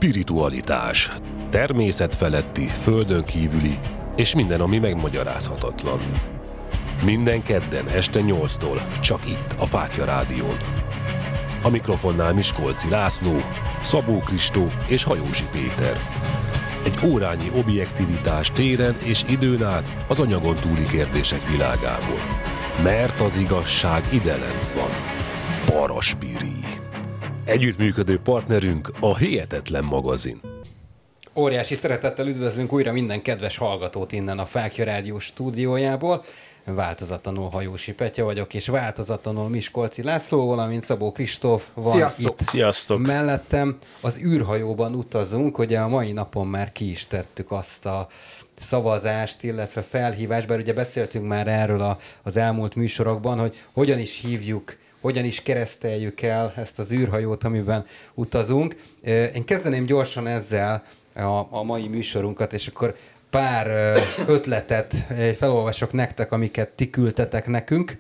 Spiritualitás. Természet feletti, földön kívüli, és minden, ami megmagyarázhatatlan. Minden kedden este 8-tól, csak itt, a Fáklya Rádión. A mikrofonnál Miskolci László, Szabó Kristóf és Hajósi Péter. Egy órányi objektivitás téren és időn át az anyagon túli kérdések világából. Mert az igazság ide lent van. Paraspiri. Együttműködő partnerünk a Hihetetlen magazin. Óriási szeretettel üdvözlünk újra minden kedves hallgatót innen a Fáklya Rádió stúdiójából. Változatlanul Hajósi Petya vagyok, és változatlanul Miskolci László, valamint Szabó Kristóf van. Sziasztok. Itt Sziasztok. mellettem. Az űrhajóban utazunk, ugye a mai napon már ki is tettük azt a szavazást, illetve felhívást, bár ugye beszéltünk már erről az elmúlt műsorokban, hogy hogyan is hívjuk, hogyan is kereszteljük el ezt az űrhajót, amiben utazunk. Én kezdeném gyorsan ezzel a mai műsorunkat, és akkor pár ötletet felolvasok nektek, amiket ti küldtetek nekünk.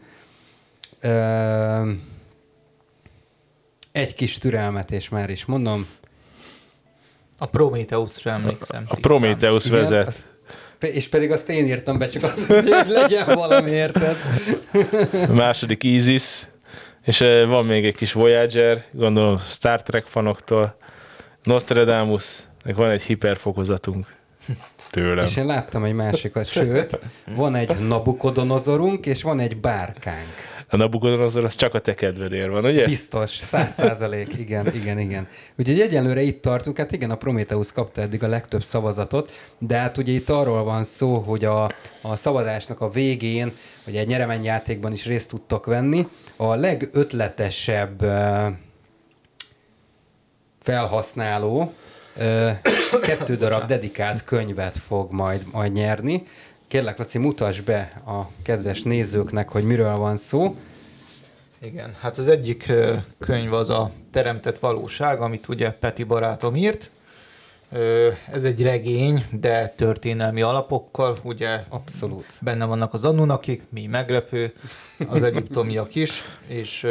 Egy kis türelmet, és már is mondom. A Prometheusra emlékszem. A Prometheus vezet. És pedig azt én írtam be, csak az, hogy legyen valami, érted? A második Isis. És van még egy kis Voyager, gondolom Star Trek fanoktól. Nostradamus, meg van egy hiperfokozatunk tőlem. És én láttam egy másikat, sőt, van egy Nabukodonozorunk, és van egy bárkánk. A Nabukodonozor az csak a te kedvedért van, ugye? Biztos, 100%, igen. Úgyhogy egyenlőre itt tartunk, hát igen, a Prometheus kapta eddig a legtöbb szavazatot, de hát ugye itt arról van szó, hogy a szavazásnak a végén, ugye egy nyereményjátékban is részt tudtok venni, a legötletesebb felhasználó 2 darab dedikált könyvet fog majd nyerni. Kérlek, Laci, mutasd be a kedves nézőknek, hogy miről van szó. Igen, hát az egyik könyv az a Teremtett valóság, amit ugye Peti barátom írt. Ez egy regény, de történelmi alapokkal, ugye abszolút benne vannak az Anunnakik, mi meglepő, az egyiptomiak is, és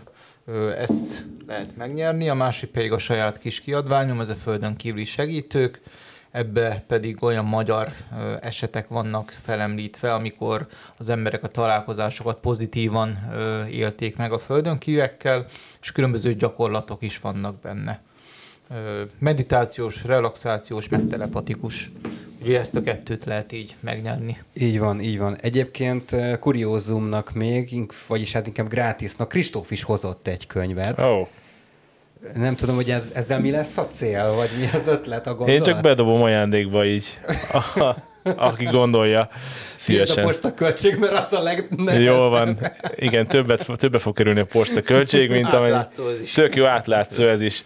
ezt lehet megnyerni. A másik pedig a saját kis kiadványom, ez a Földön kívüli segítők. Ebbe pedig olyan magyar esetek vannak felemlítve, amikor az emberek a találkozásokat pozitívan élték meg a földön kívüliekkel, és különböző gyakorlatok is vannak benne. Meditációs, relaxációs, meg telepatikus. Ugye ezt a 2 lehet így megnyerni. Így van. Egyébként kuriózumnak még, vagyis hát inkább grátisnak, Kristóf is hozott egy könyvet. Oh. Nem tudom, hogy ezzel mi lesz a cél, vagy mi az ötlet, a gondolat? Én csak bedobom ajándékba így, aki gondolja, szívesen. Írd a postaköltség, mert az a legnehezebb. Jól van. Igen, többe fog kerülni a postaköltség, mint amely... Tök jó, átlátszó ez is.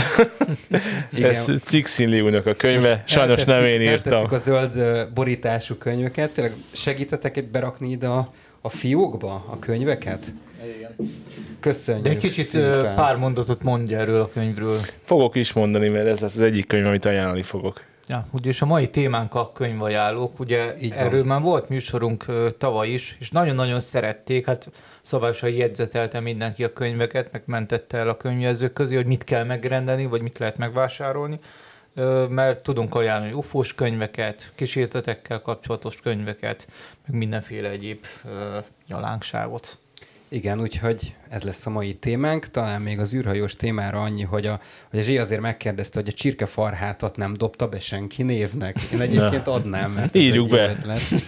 Ez Cixin-Liúnak a könyve, sajnos nem én írtam. Eltesszük a zöld borítású könyveket. Tényleg segítetek berakni ide a fiókba a könyveket? Igen. Köszönjük. De egy kicsit pár mondatot mondj erről a könyvről. Fogok is mondani, mert ez lesz az egyik könyv, amit ajánlani fogok. Ja, és a mai témánk a könyvajánlók, ugye erről már volt műsorunk tavaly is, és nagyon-nagyon szerették, hát szabályosan jegyzetelte mindenki a könyveket, meg mentette el a könyvjelzők közé, hogy mit kell megrendelni, vagy mit lehet megvásárolni, mert tudunk ajánlani ufós könyveket, kísértetekkel kapcsolatos könyveket, meg mindenféle egyéb nyalánkságot. Igen, úgyhogy ez lesz a mai témánk. Talán még az űrhajós témára annyi, hogy a Zsé azért megkérdezte, hogy a csirkefarhátat nem dobta be senki névnek. Én egyébként adnám, mert írjuk be.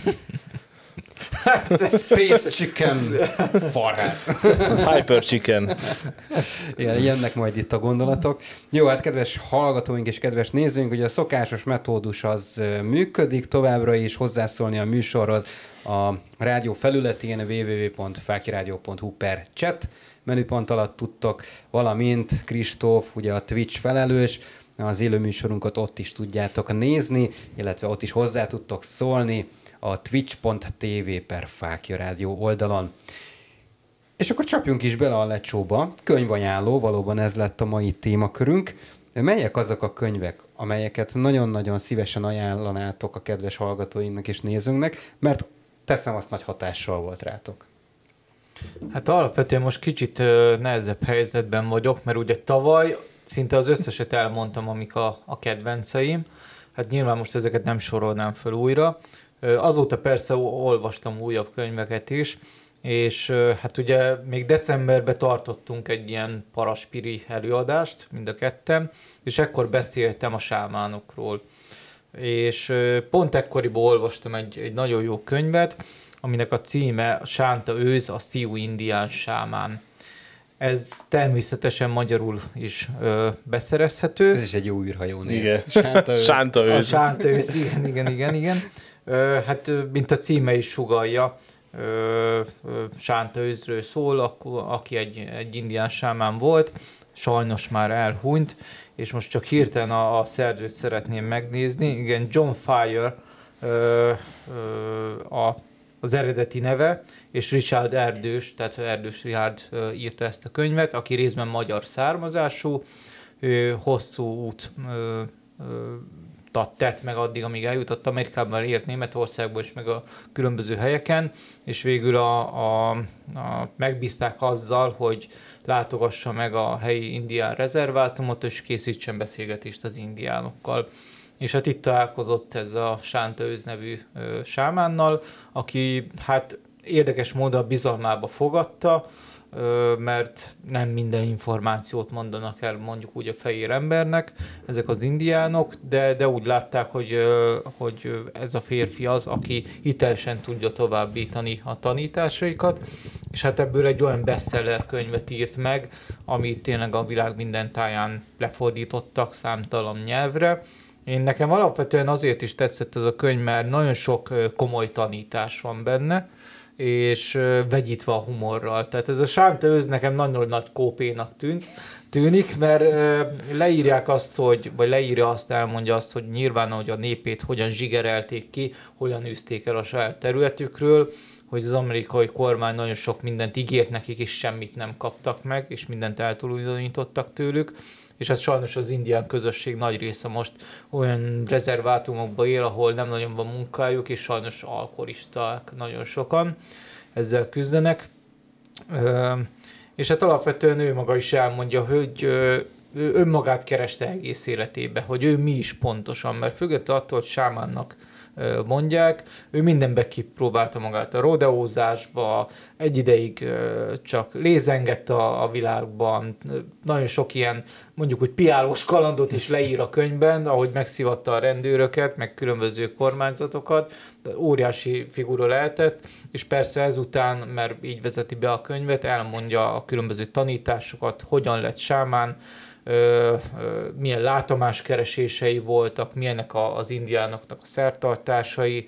Space Chicken farhát. Hyper Chicken. Igen, jönnek majd itt a gondolatok. Jó, hát kedves hallgatóink és kedves nézőink, ugye a szokásos metódus az működik, továbbra is hozzászólni a műsorhoz a rádió felületén www.fakyradio.hu/chat menüpont alatt tudtok, valamint Kristóf, ugye a Twitch felelős, az élőműsorunkat ott is tudjátok nézni, illetve ott is hozzá tudtok szólni a twitch.tv/Fáklya Rádió oldalon. És akkor csapjunk is bele a lecsóba. Könyvajánló, valóban ez lett a mai témakörünk. Melyek azok a könyvek, amelyeket nagyon-nagyon szívesen ajánlanátok a kedves hallgatóinknak és nézőnknek, mert teszem, azt nagy hatással volt rátok? Hát alapvetően most kicsit nehezebb helyzetben vagyok, mert ugye tavaly szinte az összeset elmondtam, amik a kedvenceim. Hát nyilván most ezeket nem sorolnám fel újra. Azóta persze olvastam újabb könyveket is, és hát ugye még decemberben tartottunk egy ilyen paraspiri előadást, mind a ketten, és ekkor beszéltem a sámánokról. És pont ekkoriban olvastam egy nagyon jó könyvet, aminek a címe Sánta őz, a Sioux indián sámán. Ez természetesen magyarul is beszerezhető. Ez is egy jó űrhajó név. Igen. Sánta őz. Sánta őz. A Sánta őz, igen. Hát, mint a címe is sugallja, Sánta őzről szól, aki egy indián sámán volt, sajnos már elhunyt, és most csak hirtelen a szerzőt szeretném megnézni. Igen, John Fire az eredeti neve, és Richard Erdős, tehát Erdős Richard írta ezt a könyvet, aki részben magyar származású, hosszú út tett meg addig, amíg eljutott Amerikában, ért Németországba és meg a különböző helyeken, és végül megbízták azzal, hogy látogassa meg a helyi indián rezervátumot, és készítsen beszélgetést az indiánokkal. És hát itt találkozott ez a Sánta őz nevű sámánnal, aki hát érdekes módon a bizalmába fogadta, mert nem minden információt mondanak el mondjuk úgy a fehér embernek ezek az indiánok, de úgy látták, hogy ez a férfi az, aki hitelesen tudja továbbítani a tanításaikat, és hát ebből egy olyan bestseller könyvet írt meg, amit tényleg a világ minden táján lefordítottak számtalan nyelvre. Nekem alapvetően azért is tetszett ez a könyv, mert nagyon sok komoly tanítás van benne, és vegyítve a humorral. Tehát ez a Sánta őz nekem nagyon nagy kópénak tűnik, mert leírják azt, elmondja azt, hogy nyilván, hogy a népét hogyan zsigerelték ki, hogyan űzték el a saját területükről, hogy az amerikai kormány nagyon sok mindent ígért nekik, és semmit nem kaptak meg, és mindent eltulajdonítottak tőlük. És hát sajnos az indián közösség nagy része most olyan rezervátumokban él, ahol nem nagyon van munkájuk, és sajnos alkoholisták nagyon sokan ezzel küzdenek. És hát alapvetően ő maga is elmondja, hogy ő önmagát kereste egész életébe, hogy ő mi is pontosan, mert függetlenül attól, hogy sámánnak mondják, ő mindenbe kipróbálta magát a rodeózásba, egy ideig csak lézengett a világban, nagyon sok ilyen, mondjuk, hogy piálós kalandot is leír a könyvben, ahogy megszivatta a rendőröket, meg különböző kormányzatokat, de óriási figura lehetett, és persze ezután, mert így vezeti be a könyvet, elmondja a különböző tanításokat, hogyan lett sámán, milyen látomáskeresései voltak, milyenek az indiánoknak a szertartásai,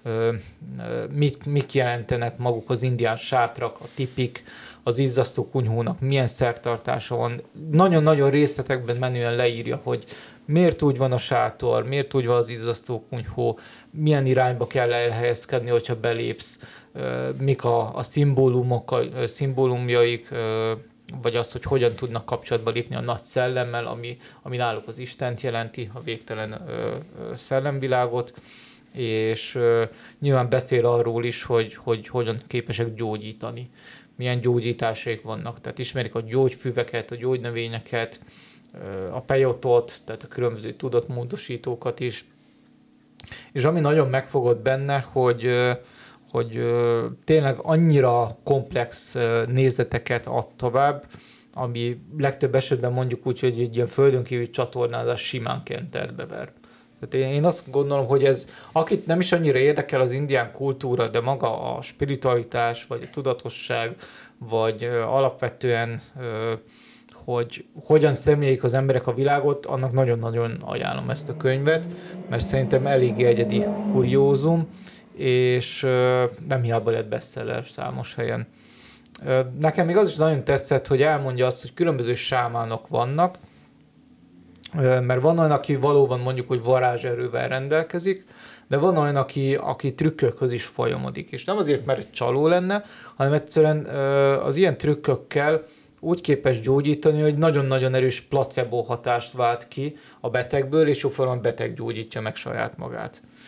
mik jelentenek maguk az indián sátrak, a tipik, az izzasztó kunyhónak milyen szertartása van. Nagyon-nagyon részletekben menően leírja, hogy miért úgy van a sátor, miért úgy van az izzasztó kunyhó, milyen irányba kell elhelyezkedni, hogyha belépsz, mik a szimbólumjaik, vagy az, hogy hogyan tudnak kapcsolatba lépni a nagy szellemmel, ami náluk az Istent jelenti, a végtelen szellemvilágot, és nyilván beszél arról is, hogy hogyan képesek gyógyítani, milyen gyógyításaik vannak. Tehát ismerik a gyógyfüveket, a gyógynövényeket, a peyotot, tehát a különböző tudatmódosítókat is. És ami nagyon megfogott benne, hogy tényleg annyira komplex nézeteket ad tovább, ami legtöbb esetben mondjuk úgy, hogy egy ilyen földönkívüli csatornázás simán kenterbe ver. Tehát én azt gondolom, hogy ez, akit nem is annyira érdekel az indián kultúra, de maga a spiritualitás, vagy a tudatosság, vagy alapvetően, hogy hogyan szemlélik az emberek a világot, annak nagyon-nagyon ajánlom ezt a könyvet, mert szerintem eléggé egyedi kuriózum, és nem hiába lett bestseller számos helyen. Nekem még az is nagyon tetszett, hogy elmondja azt, hogy különböző sámánok vannak, mert van olyan, aki valóban mondjuk, hogy varázserővel rendelkezik, de van olyan, aki trükkökhöz is folyamodik. És nem azért, mert egy csaló lenne, hanem egyszerűen az ilyen trükkökkel úgy képes gyógyítani, hogy nagyon-nagyon erős placebo hatást vált ki a betegből, és jóformán beteg gyógyítja meg saját magát.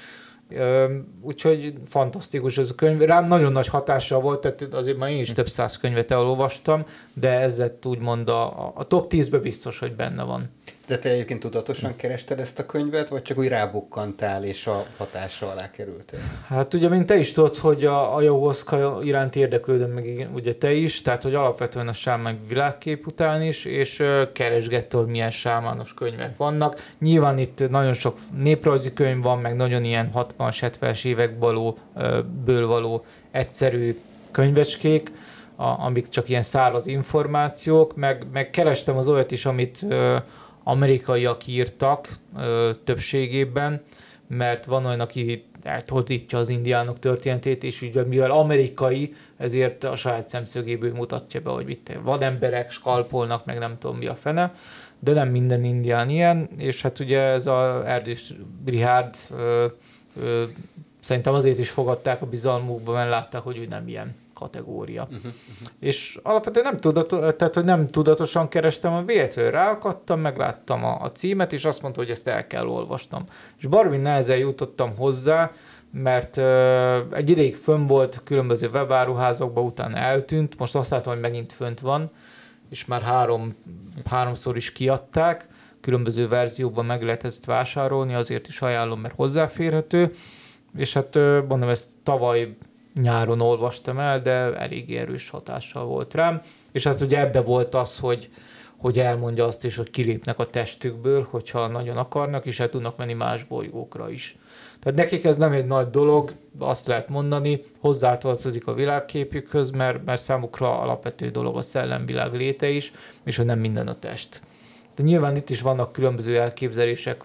Úgyhogy fantasztikus ez a könyv. Rám nagyon nagy hatással volt, tehát azért már én is több száz könyvet elolvastam, de ezzel úgymond a top 10-ben biztos, hogy benne van. De te egyébként tudatosan kerested ezt a könyvet, vagy csak úgy rábukkantál, és a hatása alá kerültél? Hát ugye, mint te is tudod, hogy a ayahuasca iránt érdeklődöm, meg ugye te is, tehát hogy alapvetően a sámán világkép után is, és keresgettem, hogy milyen sámános könyvek vannak. Nyilván itt nagyon sok néprajzi könyv van, meg nagyon ilyen 60-as, 70-es évekből való egyszerű könyvecskék, amik csak ilyen száraz információk, meg kerestem az olyat is, amit amerikaiak írtak többségében, mert van olyan, aki eltorzítja az indiánok történetét, és ugye mivel amerikai, ezért a saját szemszögéből mutatja be, hogy itt vademberek skalpolnak, meg nem tudom mi a fene, de nem minden indián ilyen, és hát ugye ez a Erdős Richárd szerintem azért is fogadták a bizalmukba, mert látták, hogy ő nem ilyen kategória. És alapvetően nem tudatosan kerestem, a véletlenül ráakadtam, megláttam a címet, és azt mondta, hogy ezt el kell olvasnom. És baromi nehezen jutottam hozzá, mert egy ideig fönn volt különböző webáruházakban, utána eltűnt, most azt látom, hogy megint fönt van, és már háromszor is kiadták, különböző verzióban meg lehet ezt vásárolni, azért is ajánlom, mert hozzáférhető, és hát mondom, ezt tavaly nyáron olvastam el, de elég erős hatással volt rám, és hát ugye ebbe volt az, hogy elmondja azt is, hogy kilépnek a testükből, hogyha nagyon akarnak, és el tudnak menni más bolygókra is. Tehát nekik ez nem egy nagy dolog, azt lehet mondani, hozzátartozik a világképükhöz, mert számukra alapvető dolog a szellemvilág léte is, és hogy nem minden a test. De nyilván itt is vannak különböző elképzelések,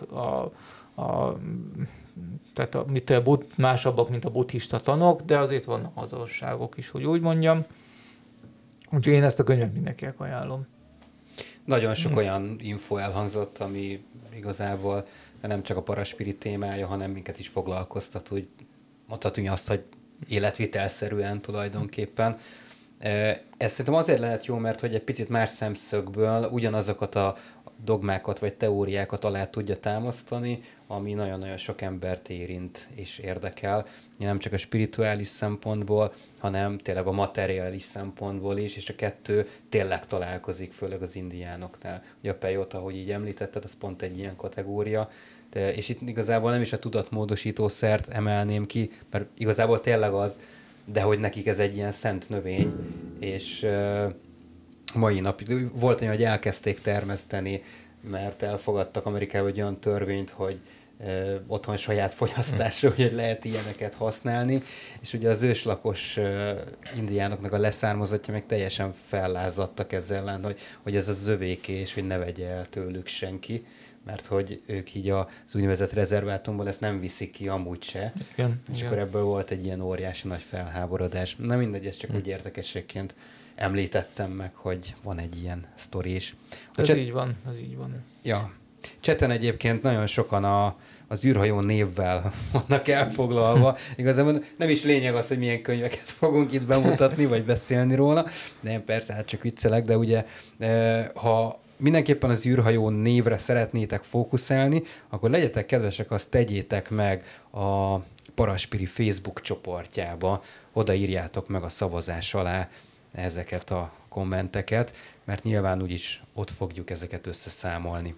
tehát másabbak, mint a buddhista tanok, de azért vannak azonosságok is, hogy úgy mondjam. Úgyhogy én ezt a könyvet mindenkinek ajánlom. Nagyon sok olyan info elhangzott, ami igazából nem csak a paraspirit témája, hanem minket is foglalkoztat, úgy mondhatunk azt, hogy életvitelszerűen tulajdonképpen. Ez szerintem azért lehet jó, mert hogy egy picit más szemszögből ugyanazokat a dogmákat vagy teóriákat alá tudja támasztani, ami nagyon-nagyon sok embert érint és érdekel. Nem csak a spirituális szempontból, hanem tényleg a materiális szempontból is, és a kettő tényleg találkozik, főleg az indiánoknál. Ugye a peyote, ahogy így említetted, az pont egy ilyen kategória, és itt igazából nem is a tudatmódosítószert emelném ki, mert igazából tényleg az, de hogy nekik ez egy ilyen szent növény, és mai napig volt olyan, hogy elkezdték termeszteni, mert elfogadtak Amerikában egy olyan törvényt, hogy otthon saját fogyasztásra, hogy lehet ilyeneket használni, és ugye az őslakos indiánoknak a leszármazottja meg teljesen fellázadtak ezzel ellen, hogy ez az övéké, és hogy ne vegye el tőlük senki, mert hogy ők így az úgynevezett rezervátumból ezt nem viszik ki amúgy se. Igen, és igen. akkor ebből volt egy ilyen óriási nagy felháborodás. Na mindegy, ez csak úgy érdekességként említettem meg, hogy van egy ilyen sztori is. Ez így van. Ja. Cseten egyébként nagyon sokan az űrhajó névvel vannak elfoglalva. Igazából nem is lényeg az, hogy milyen könyveket fogunk itt bemutatni, vagy beszélni róla. De én persze, hát csak viccelek, de ugye ha mindenképpen az űrhajó névre szeretnétek fókuszálni, akkor legyetek kedvesek, azt tegyétek meg a Paraspiri Facebook csoportjába, odaírjátok meg a szavazás alá ezeket a kommenteket, mert nyilván úgyis ott fogjuk ezeket összeszámolni.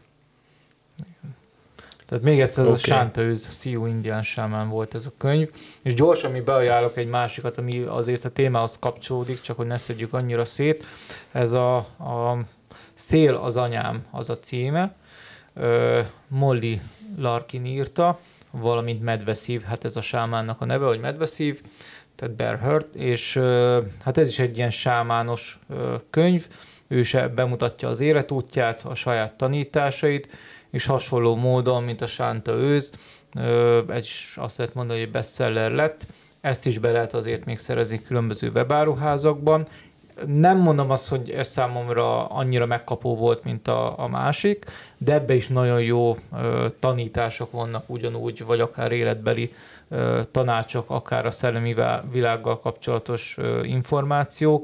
Tehát még egyszer, ez a Sánta őz, Sioux Indian Shaman volt ez a könyv, és gyorsan mi beajánlok egy másikat, ami azért a témához kapcsolódik, csak hogy ne szedjük annyira szét. Ez a Szél az anyám, az a címe. Molly Larkin írta, valamint Medveszív, hát ez a sámánnak a neve, hogy Medveszív, tehát Bear Hurt, és hát ez is egy ilyen sámános könyv, ő se bemutatja az életútját, a saját tanításait, és hasonló módon, mint a Sánta őz, ez is azt lehet mondani, hogy bestseller lett, ezt is be lehet azért még szerezni különböző webáruházakban. Nem mondom azt, hogy ez számomra annyira megkapó volt, mint a másik, de ebbe is nagyon jó tanítások vannak ugyanúgy, vagy akár életbeli tanácsok, akár a szellemi világgal kapcsolatos információk,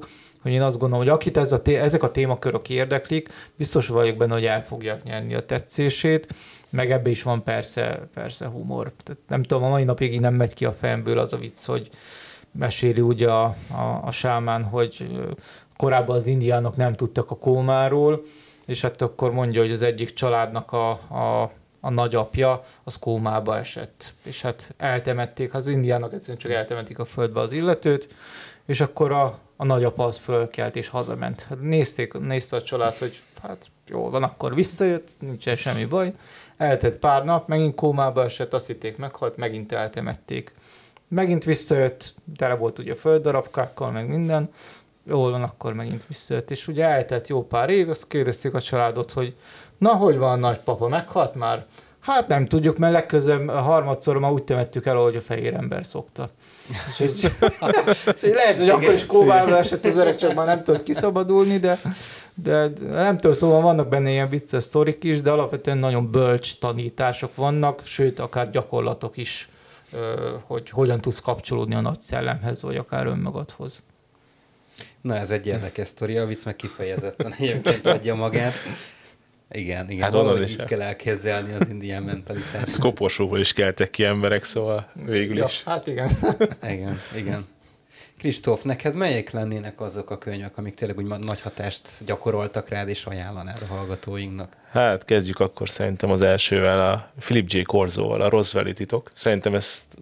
hogy én azt gondolom, hogy akit ezek a témakörök érdeklik, biztos vagyok benne, hogy el fogják nyerni a tetszését, meg ebbe is van persze humor. Tehát nem tudom, a mai napig így nem megy ki a fejemből az a vicc, hogy meséli ugye a sámán, hogy korábban az indiánok nem tudtak a kómáról, és hát akkor mondja, hogy az egyik családnak a nagyapja az kómába esett, és hát eltemették, az indiánok egyszerűen csak eltemetik a földbe az illetőt, és akkor a nagyapa az fölkelt és hazament. Hát nézte a család, hogy hát jól van, akkor visszajött, nincsen semmi baj. Eltett pár nap, megint kómába esett, azt hitték meghalt, megint eltemették. Megint visszajött, tele volt ugye földdarabkákkal, meg minden, jól van, akkor megint visszajött. És ugye eltett jó pár év, azt kérdezték a családot, hogy na, hogy van a nagypapa, meghalt már? Hát nem tudjuk, mert legközelebb harmadszor már úgy temettük el, ahogy a fehér ember szokta. És lehet, hogy akkor is kóvába esett az öreg, csak már nem tudott kiszabadulni, de nem tudom, szóval vannak benne ilyen vicces sztorik is, de alapvetően nagyon bölcs tanítások vannak, sőt, akár gyakorlatok is, hogy hogyan tudsz kapcsolódni a nagy szellemhez, vagy akár önmagadhoz. Na, ez egy érdekes sztori, a vicc meg kifejezetten egyébként adja magát. Igen, hát valahogy így kell elképzelni az indián mentalitást. Koporsóból is keltek ki emberek, szóval végül is. Ja, hát igen. Igen. Kristóf, neked melyek lennének azok a könyvek, amik tényleg úgy nagy hatást gyakoroltak rád, és ajánlanád a hallgatóinknak? Hát kezdjük akkor szerintem az elsővel, a Philip J. Corzóval, a Roswell-i titok. Szerintem ezt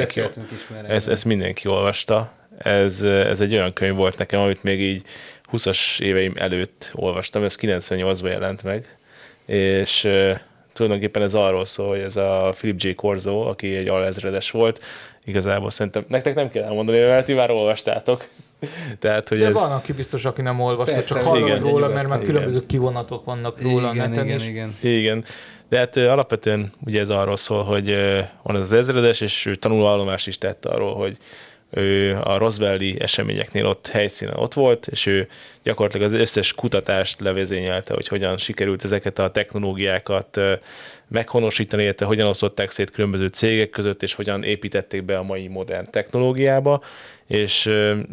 mindenki olvasta. Ez egy olyan könyv volt nekem, amit még így 20-as éveim előtt olvastam, ez 98-ban jelent meg, és tulajdonképpen ez arról szól, hogy ez a Philip J. Corso, aki egy alezredes volt, igazából szerintem nektek nem kell elmondani, mert ti már olvastátok. Tehát, hogy de van, aki biztos, aki nem olvasta, persze, csak hallott róla, mert már különböző kivonatok vannak róla a neten is. Igen. De hát alapvetően ugye ez arról szól, hogy van ez az ezredes, és ő tanulóállomást is tett arról, hogy ő a Roswell-i eseményeknél ott helyszínen ott volt, és ő gyakorlatilag az összes kutatást levezényelte, hogy hogyan sikerült ezeket a technológiákat meghonosítani, illetve hogyan osztották szét különböző cégek között, és hogyan építették be a mai modern technológiába. És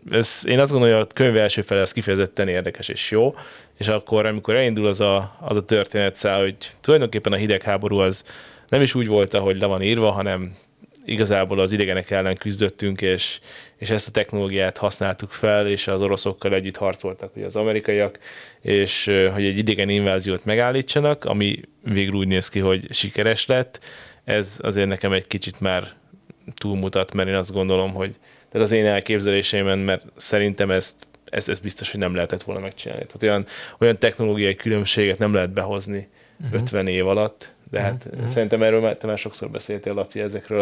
én azt gondolom, hogy a könyv első fele az kifejezetten érdekes és jó, és akkor, amikor elindul az a történetszál, hogy tulajdonképpen a hidegháború az nem is úgy volt, ahogy le van írva, hanem igazából az idegenek ellen küzdöttünk, és ezt a technológiát használtuk fel, és az oroszokkal együtt harcoltak ugye az amerikaiak, és hogy egy idegen inváziót megállítsanak, ami végül úgy néz ki, hogy sikeres lett. Ez azért nekem egy kicsit már túlmutat, mert én azt gondolom, hogy tehát az én elképzeléseimen, mert szerintem ezt biztos, hogy nem lehetett volna megcsinálni. Tehát olyan technológiai különbséget nem lehet behozni 50 év alatt, de hát szerintem erről te már sokszor beszéltél, Laci,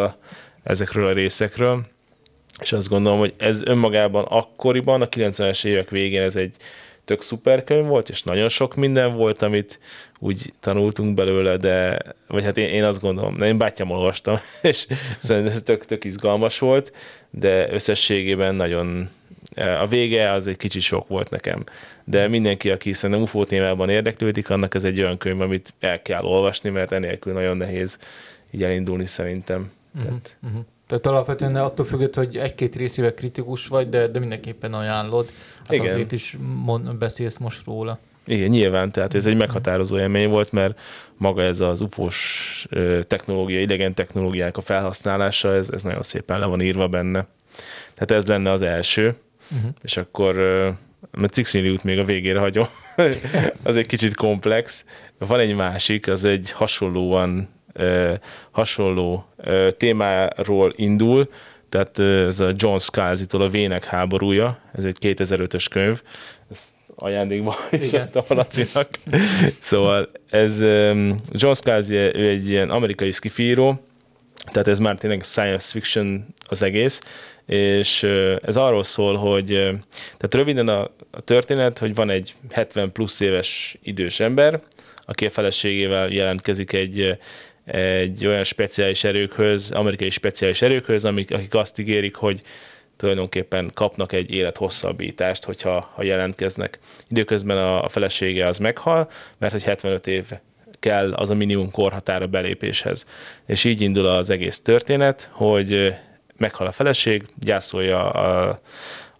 ezekről a részekről, és azt gondolom, hogy ez önmagában akkoriban, a 90-es évek végén ez egy tök szuper könyv volt, és nagyon sok minden volt, amit úgy tanultunk belőle, vagy hát én azt gondolom, én bátyám olvastam, és szerintem ez tök izgalmas volt, de összességében nagyon a vége az egy kicsit sok volt nekem. De mindenki, aki szerintem UFO témában érdeklődik, annak ez egy olyan könyv, amit el kell olvasni, mert enélkül nagyon nehéz így elindulni szerintem. Tehát alapvetően attól függött, hogy egy-két részével kritikus vagy, de mindenképpen ajánlod. Hát igen. Azért is beszélsz most róla. Igen, nyilván, tehát ez egy meghatározó élmény volt, mert maga ez az UFO-s technológia, idegen technológiák a felhasználása, ez nagyon szépen le van írva benne. Tehát ez lenne az első, és akkor mert Cixiniút még a végére hagyom, az egy kicsit komplex. Van egy másik, az egy hasonló témáról indul, tehát ez a John Scalzi-tól a Vének háborúja, ez egy 2005-ös könyv, ezt ajándékban is adtam a Lacinak. Szóval ez John Scalzi, ő egy ilyen amerikai sci-fi író, tehát ez már tényleg science fiction az egész, és ez arról szól, hogy tehát röviden a történet, hogy van egy 70 plusz éves idős ember, aki a feleségével jelentkezik egy olyan speciális erőkhöz, amerikai speciális erőkhöz, akik azt ígérik, hogy tulajdonképpen kapnak egy élethosszabbítást, hogyha jelentkeznek. Időközben a felesége az meghal, mert hogy 75 év kell az a minimum korhatár a belépéshez. És így indul az egész történet, hogy meghal a feleség, gyászolja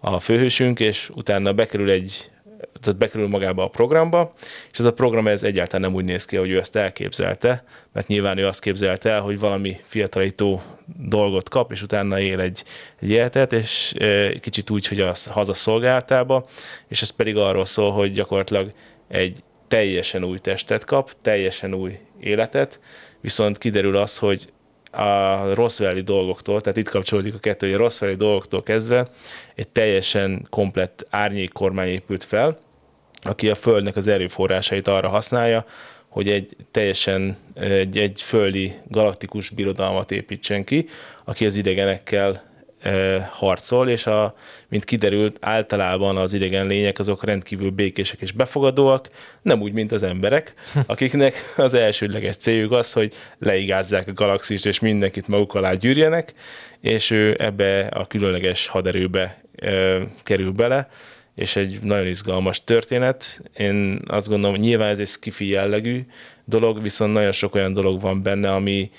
a főhősünk, és utána bekerül magába a programba, és ez a program ez egyáltalán nem úgy néz ki, hogy ő ezt elképzelte, mert nyilván ő azt képzelte el, hogy valami fiatalító dolgot kap, és utána él egy életet, és kicsit úgy, hogy a haza szolgálatába, és ez pedig arról szól, hogy gyakorlatilag egy teljesen új testet kap, teljesen új életet, viszont kiderül az, hogy a Roswell-i dolgoktól, tehát itt kapcsolódik a kettő, hogy a Roswell-i dolgoktól kezdve egy teljesen komplett árnyékkormány épült fel, aki a Földnek az erőforrásait arra használja, hogy egy földi galaktikus birodalmat építsen ki, aki az idegenekkel harcol, és mint kiderült, általában az idegen lények azok rendkívül békések és befogadóak, nem úgy, mint az emberek, akiknek az elsődleges céljuk az, hogy leigázzák a galaxist, és mindenkit maguk alá gyűrjenek, és ő ebbe a különleges haderőbe kerül bele, és egy nagyon izgalmas történet. Én azt gondolom, hogy nyilván ez egy sci-fi jellegű dolog, viszont nagyon sok olyan dolog van benne, ami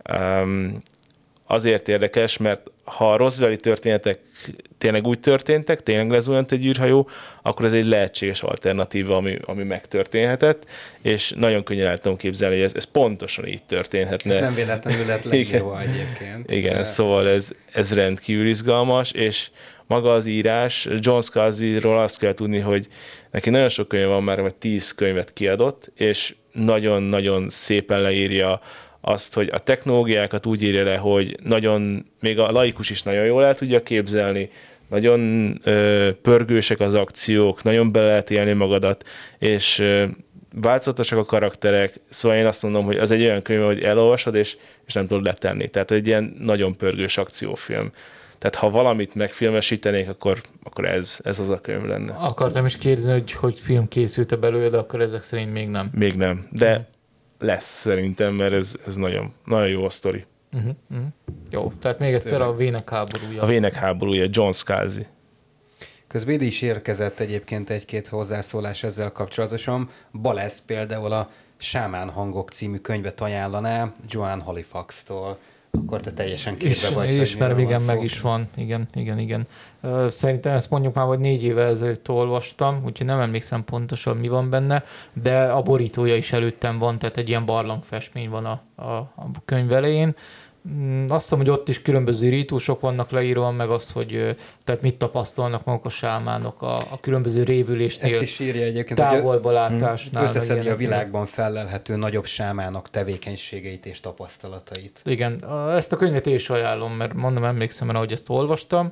azért érdekes, mert ha a Roswell-i történetek tényleg úgy történtek, tényleg lezuhant egy űrhajó, akkor ez egy lehetséges alternatíva, ami megtörténhetett, és nagyon könnyen el tudom képzelni, hogy ez pontosan így történhetne. Nem véletlenül lett leírva egyébként. Igen, szóval ez rendkívül izgalmas, és maga az írás, John Scalziról azt kell tudni, hogy neki nagyon sok könyv van már, vagy 10 könyvet kiadott, és nagyon-nagyon szépen leírja azt, hogy a technológiákat úgy írja le, hogy még a laikus is nagyon jól el tudja képzelni, nagyon pörgősek az akciók, nagyon bele lehet élni magadat, és változatosak a karakterek, szóval én azt mondom, hogy az egy olyan könyv, hogy elolvasod, és nem tudod letenni. Tehát egy ilyen nagyon pörgős akciófilm. Tehát ha valamit megfilmesítenék, akkor ez az a könyv lenne. Akartam is kérdezni, hogy film készült-e belőle, de akkor ezek szerint még nem. Még nem, de lesz szerintem, mert ez nagyon, nagyon jó a sztori. Jó, tehát még egyszer a Vének háborúja. A Vének háborúja, John Scalzi. Közben is érkezett egyébként egy-két hozzászólás ezzel kapcsolatosan. Balesz például a Sámán hangok című könyvet ajánlaná Joan Halifax-tól. Akkor te teljesen képbe vagy. Ismerem, igen, meg is van. Igen. Szerintem ezt mondjuk már, hogy 4 évvel ezelőtt olvastam, úgyhogy nem emlékszem pontosan, mi van benne, de a borítója is előttem van, tehát egy ilyen barlangfestmény van a könyv elején. Azt hiszem, hogy ott is különböző rítusok vannak leírva, meg az, hogy tehát mit tapasztalnak maguk a sámánok a különböző révülésnél. Ezt is írja egyébként, távolba látásnál. Összeszedi a világban fellelhető nagyobb sámánok tevékenységeit és tapasztalatait. Igen, ezt a könyvet én is ajánlom, mert mondom, emlékszem rá, hogy ezt olvastam,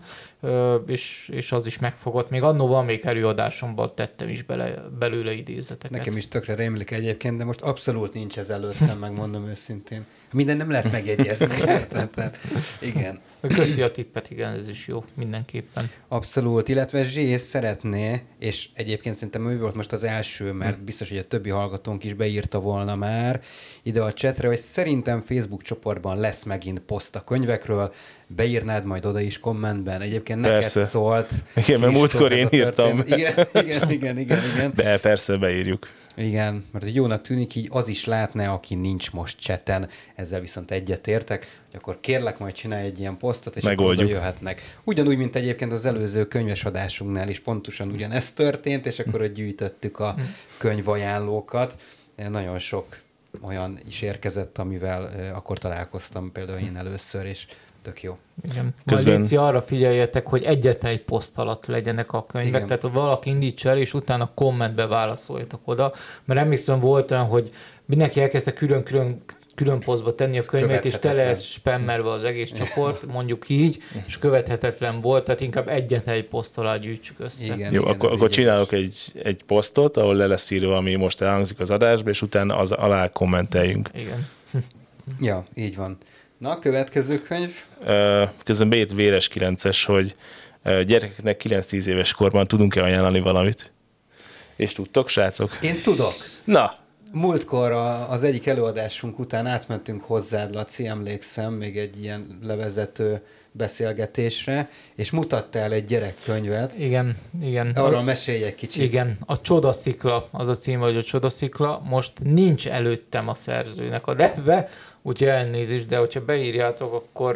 és az is megfogott. Még annó van, még előadásomban tettem is belőle idézeteket. Nekem is tökre rémlik egyébként, de most abszolút nincs ez előttem, megmondom őszintén. Minden nem lehet megjegyezni. Tehát, igen. Köszi a tippet, igen, ez is jó, mindenképpen. Abszolút, illetve Zsé szeretné, és egyébként szerintem ő volt most az első, mert biztos, hogy a többi hallgatónk is beírta volna már ide a chatre, hogy szerintem Facebook csoportban lesz megint poszt a könyvekről, beírnád majd oda is kommentben. Egyébként neked szólt. Igen, mert múltkor én írtam. Igen. De persze beírjuk. Igen, mert jónak tűnik, így az is látná, aki nincs most chaten, ezzel viszont egyetértek, hogy akkor kérlek majd csinálj egy ilyen posztot, és akkor oda jöhetnek. Ugyanúgy, mint egyébként az előző könyves adásunknál is pontosan ugyanezt történt, és akkor ott gyűjtöttük a könyvajánlókat. Nagyon sok olyan is érkezett, amivel akkor találkoztam például én először, és tök jó. Igen. Majd Léci, arra figyeljetek, hogy egyetlen egy poszt alatt legyenek a könyvek, igen. Tehát hogy valaki indítsa el, és utána kommentbe válaszoljatok oda, mert emlékszem volt olyan, hogy mindenki elkezdte külön posztba tenni a könyvet, és tele ez spammerve az egész csoport, mondjuk így, és követhetetlen volt, tehát inkább egyetlen egy poszt alá gyűjtsük össze. Igen, jó, akkor csinálok egy posztot, ahol le lesz írva, ami most elhangzik az adásba, és utána az alá kommenteljünk. Igen. Ja, így van. Na, a következő könyv? Közben bejött Véres 9-es, hogy gyerekeknek 9-10 éves korban tudunk-e ajánlani valamit? És tudtok, srácok? Én tudok. Na. Múltkor az egyik előadásunk után átmentünk hozzád, Laci, emlékszem, még egy ilyen levezető beszélgetésre, és mutattál egy gyerekkönyvet. Igen. Arról mesélj egy kicsit. Igen, a Csodaszikla, az a cím, hogy a Csodaszikla. Most nincs előttem a szerzőnek a neve, úgyhogy elnézést, de hogyha beírjátok,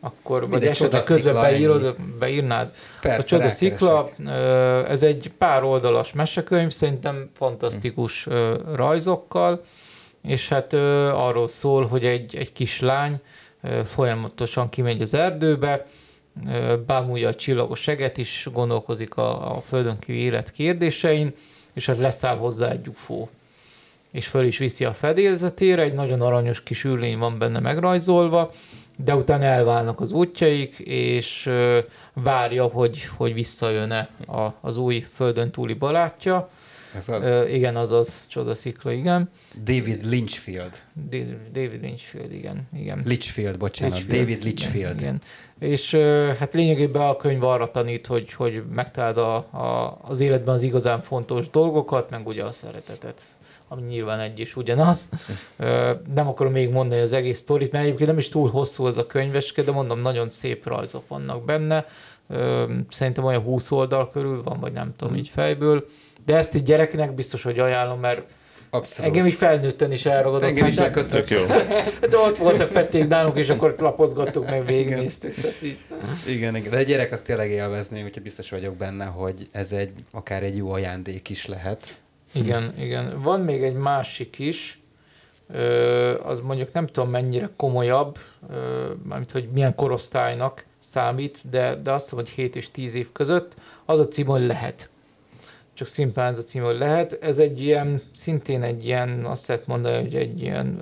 akkor vagy esetleg közben beírnád. Persze, A Csodaszikla, ez egy pár oldalas mesekönyv, szerintem fantasztikus rajzokkal, és hát arról szól, hogy egy kislány folyamatosan kimegy az erdőbe, bámulja a csillagos eget is, gondolkozik a földön kívüli élet kérdésein, és hát leszáll hozzá egy UFO. És föl is viszi a fedélzetére, egy nagyon aranyos kis űrlény van benne megrajzolva, de utána elválnak az útjaik, és várja, hogy visszajön-e az új földön túli barátja. Ez az? Igen, azaz, Csodaszikla, igen. David Litchfield. David Litchfield, igen. Litchfield, bocsánat. David Litchfield. Igen. És hát lényegében a könyv arra tanít, hogy megtaláld az életben az igazán fontos dolgokat, meg ugye a szeretetet, ami nyilván egy is ugyanaz. Nem akarom még mondani az egész sztorit, mert egyébként nem is túl hosszú ez a könyveske, de mondom, nagyon szép rajzok vannak benne. Szerintem olyan 20 oldal körül van, vagy nem tudom, így fejből. De ezt egy gyereknek biztos, hogy ajánlom, mert abszolút. Engem így felnőtten is elragadott. Engem is lekötött. Jó. De ott voltak pették nálunk, és akkor lapozgattuk, meg végignéztük. Igen. De a gyerek azt tényleg élvezni, úgyhogy biztos vagyok benne, hogy ez akár egy jó ajándék is lehet. Igen. Van még egy másik is, az mondjuk nem tudom mennyire komolyabb, mármint hogy milyen korosztálynak számít, de azt hiszem, hogy 7 és 10 év között. Az a cím, hogy Lehet. Csak szimplán ez a cím, hogy Lehet. Ez egy ilyen, szintén egy ilyen, azt lehet mondani, hogy egy ilyen,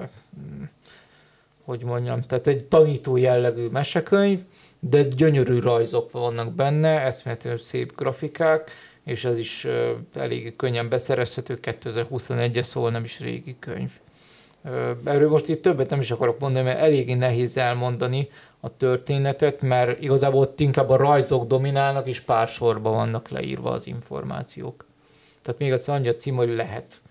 hogy mondjam, tehát egy tanító jellegű mesekönyv, de gyönyörű rajzok vannak benne, eszméletlenül szép grafikák, és ez is elég könnyen beszerezhető, 2021-es, szóval nem is régi könyv. Erről most itt többet nem is akarok mondani, mert eléggé nehéz elmondani a történetet, mert igazából ott inkább a rajzok dominálnak, és pár sorban vannak leírva az információk. Tehát még azt mondja a cím, hogy Lehet.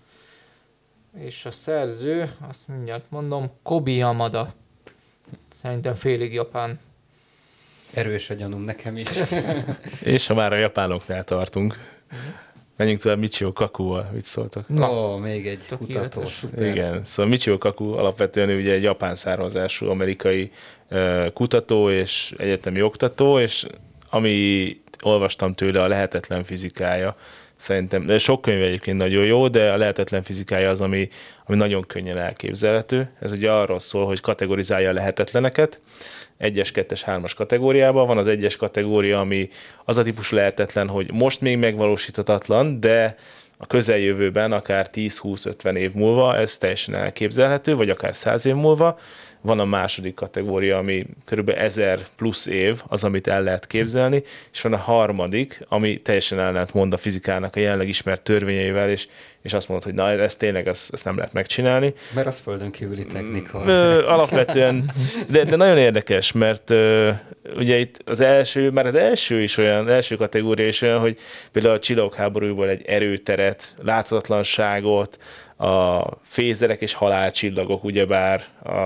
És a szerző, azt mindjárt mondom, Kobi Yamada. Szerintem félig japán. Erős a gyanúm nekem is. És ha már a japánoknál tartunk, menjünk tovább Michio Kakuval, mit szóltak? Még egy kutató. Igen, szóval Michio Kaku alapvetően ugye egy japán származású amerikai kutató és egyetemi oktató, és ami olvastam tőle, a Lehetetlen fizikája. Szerintem, de sok könyv egyébként nagyon jó, de a Lehetetlen fizikája az, ami nagyon könnyen elképzelhető. Ez ugye arról szól, hogy kategorizálja a lehetetleneket. 1-es, 2-es, 3-as kategóriában. Van az 1-es kategória, ami az a típusú lehetetlen, hogy most még megvalósíthatatlan, de a közeljövőben, akár 10-20-50 év múlva ez teljesen elképzelhető, vagy akár 100 év múlva. Van a második kategória, ami kb. 1000 plusz év, az, amit el lehet képzelni, és van a harmadik, ami teljesen ellentmond a fizikának a jelenleg ismert törvényeivel, és azt mondod, hogy na, ez tényleg, ezt nem lehet megcsinálni. Mert az földön kívüli technika. Alapvetően, de nagyon érdekes, mert ugye itt az első is olyan, az első kategória is olyan, hogy például a csillagháborúból egy erőteret, láthatatlanságot, a fézerek és halálcsillagok, ugyebár,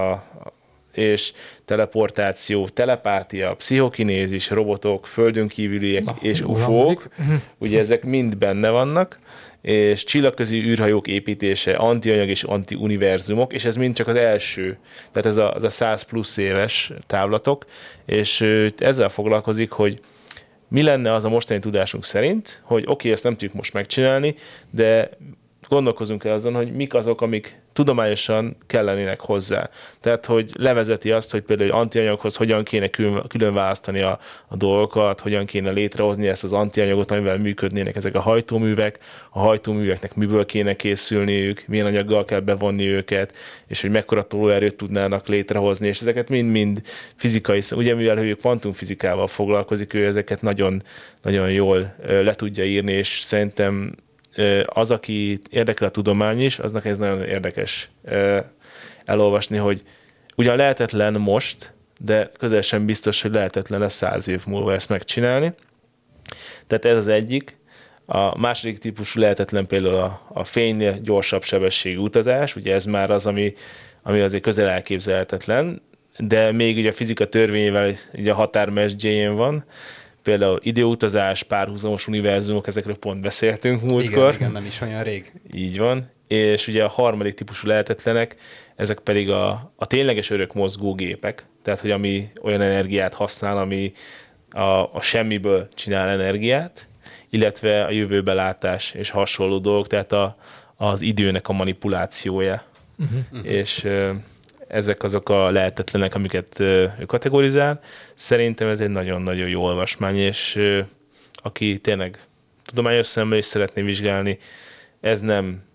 és teleportáció, telepátia, pszichokinézis, robotok, földön kívüliek és UFO-k, ugye ezek mind benne vannak, és csillagközi űrhajók építése, antianyag és antiuniverzumok, és ez mind csak az első, tehát ez a 100 plusz éves távlatok, és ezzel foglalkozik, hogy mi lenne az a mostani tudásunk szerint, hogy oké, ezt nem tudjuk most megcsinálni, de gondolkozunk el azon, hogy mik azok, amik tudományosan kellenének hozzá. Tehát, hogy levezeti azt, hogy például egy antianyaghoz hogyan kéne külön választani a dolgokat, hogyan kéne létrehozni ezt az antianyagot, amivel működnének ezek a hajtóműveknek miből kéne készülniük, milyen anyaggal kell bevonni őket, és hogy mekkora tolóerőt tudnának létrehozni, és ezeket mind-mind fizikai, ugye mivel ő kvantumfizikával foglalkozik, ő ezeket nagyon, nagyon jól le tudja írni, és szerintem az, aki érdekel a tudomány is, aznak ez nagyon érdekes elolvasni, hogy ugyan lehetetlen most, de közel sem biztos, hogy lehetetlen lesz 100 év múlva ezt megcsinálni. Tehát ez az egyik. A második típusú lehetetlen például a fénynél gyorsabb sebességű utazás, ugye ez már az, ami azért közel elképzelhetetlen, de még ugye a fizika törvényével ugye a határmesdjén van, például időutazás, párhuzamos univerzumok, ezekről pont beszéltünk múltkor. Igen, nem is olyan rég. Így van. és ugye a harmadik típusú lehetetlenek, ezek pedig a tényleges örök mozgógépek, tehát hogy ami olyan energiát használ, ami a semmiből csinál energiát, illetve a jövőbe látás és hasonló dolgok, tehát az időnek a manipulációja. És ezek azok a lehetetlenek, amiket ő kategorizál. Szerintem ez egy nagyon-nagyon jó olvasmány, és aki tényleg tudományos szemmel is szeretné vizsgálni, ez nem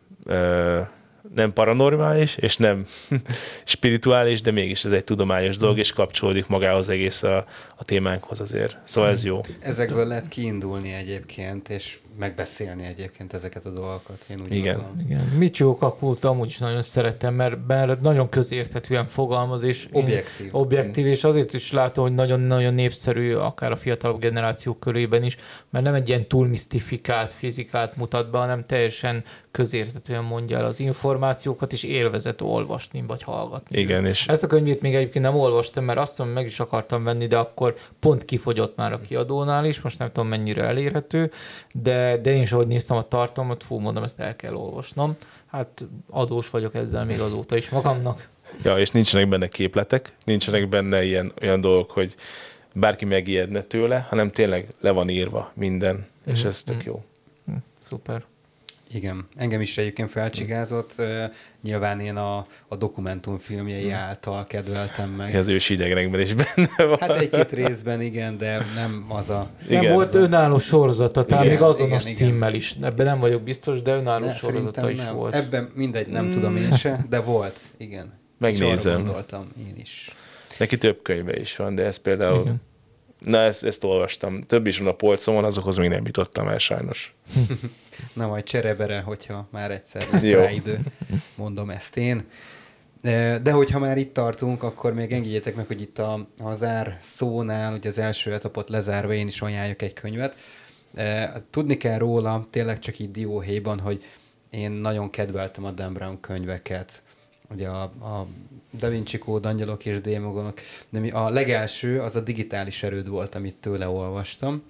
paranormális, és nem spirituális, de mégis ez egy tudományos dolog, és kapcsolódik magához egész a témánkhoz azért. Szóval ez jó. Ezekből lehet kiindulni egyébként, és megbeszélni egyébként ezeket a dolgokat. Én úgy gondolom. Igen. Michio Kakult amúgy is nagyon szeretem, mert nagyon közérthetően fogalmaz, és objektív, és azért is látom, hogy nagyon-nagyon népszerű, akár a fiatalabb generációk körében is, mert nem egy ilyen túl misztifikált fizikát mutat be, hanem teljesen közérthetően mondja el az információkat, és élvezet olvasni, vagy hallgatni. Igen, és ezt a könyvét még egyébként nem olvastam, mert azt mondom, meg is akartam venni, de akkor pont kifogyott már a kiadónál is, most nem tudom mennyire elérhető, de én is, ahogy néztem a tartalmat, mondom, ezt el kell olvasnom. Hát adós vagyok ezzel még azóta is magamnak. Ja, és nincsenek benne képletek, nincsenek benne olyan dolgok, hogy bárki megijedne tőle, hanem tényleg le van írva minden, és ez tök jó. Szuper. Igen, engem is egyébként felcsigázott. Nyilván én a dokumentumfilmjei által kedveltem meg. Az ősi idegekben is benne van. Hát egy-két részben igen, de nem az a... Nem igen, volt önálló sorozata, talán még azonos igen. címmel is. Ebben nem vagyok biztos, de önálló sorozata is nem. volt. Ebben mindegy, nem tudom én se, de volt, igen. Megnézem. Gondoltam én is. Neki több könyve is van, de ez például... Igen. Na, ezt olvastam. Több is van a polcomon, azokhoz még nem jutottam el sajnos. Na majd cserebere, hogyha már egyszer lesz rá idő. Mondom ezt én. De hogyha már itt tartunk, akkor még engedjétek meg, hogy itt a zár szónál, ugye az első etapot lezárva én is ajánljak egy könyvet. Tudni kell róla, tényleg csak így dióhéjban, hogy én nagyon kedveltem a Dan Brown könyveket. Ugye a Da Vinci Code, Angyalok és Démonok, de a legelső az a Digitális erőd volt, amit tőle olvastam.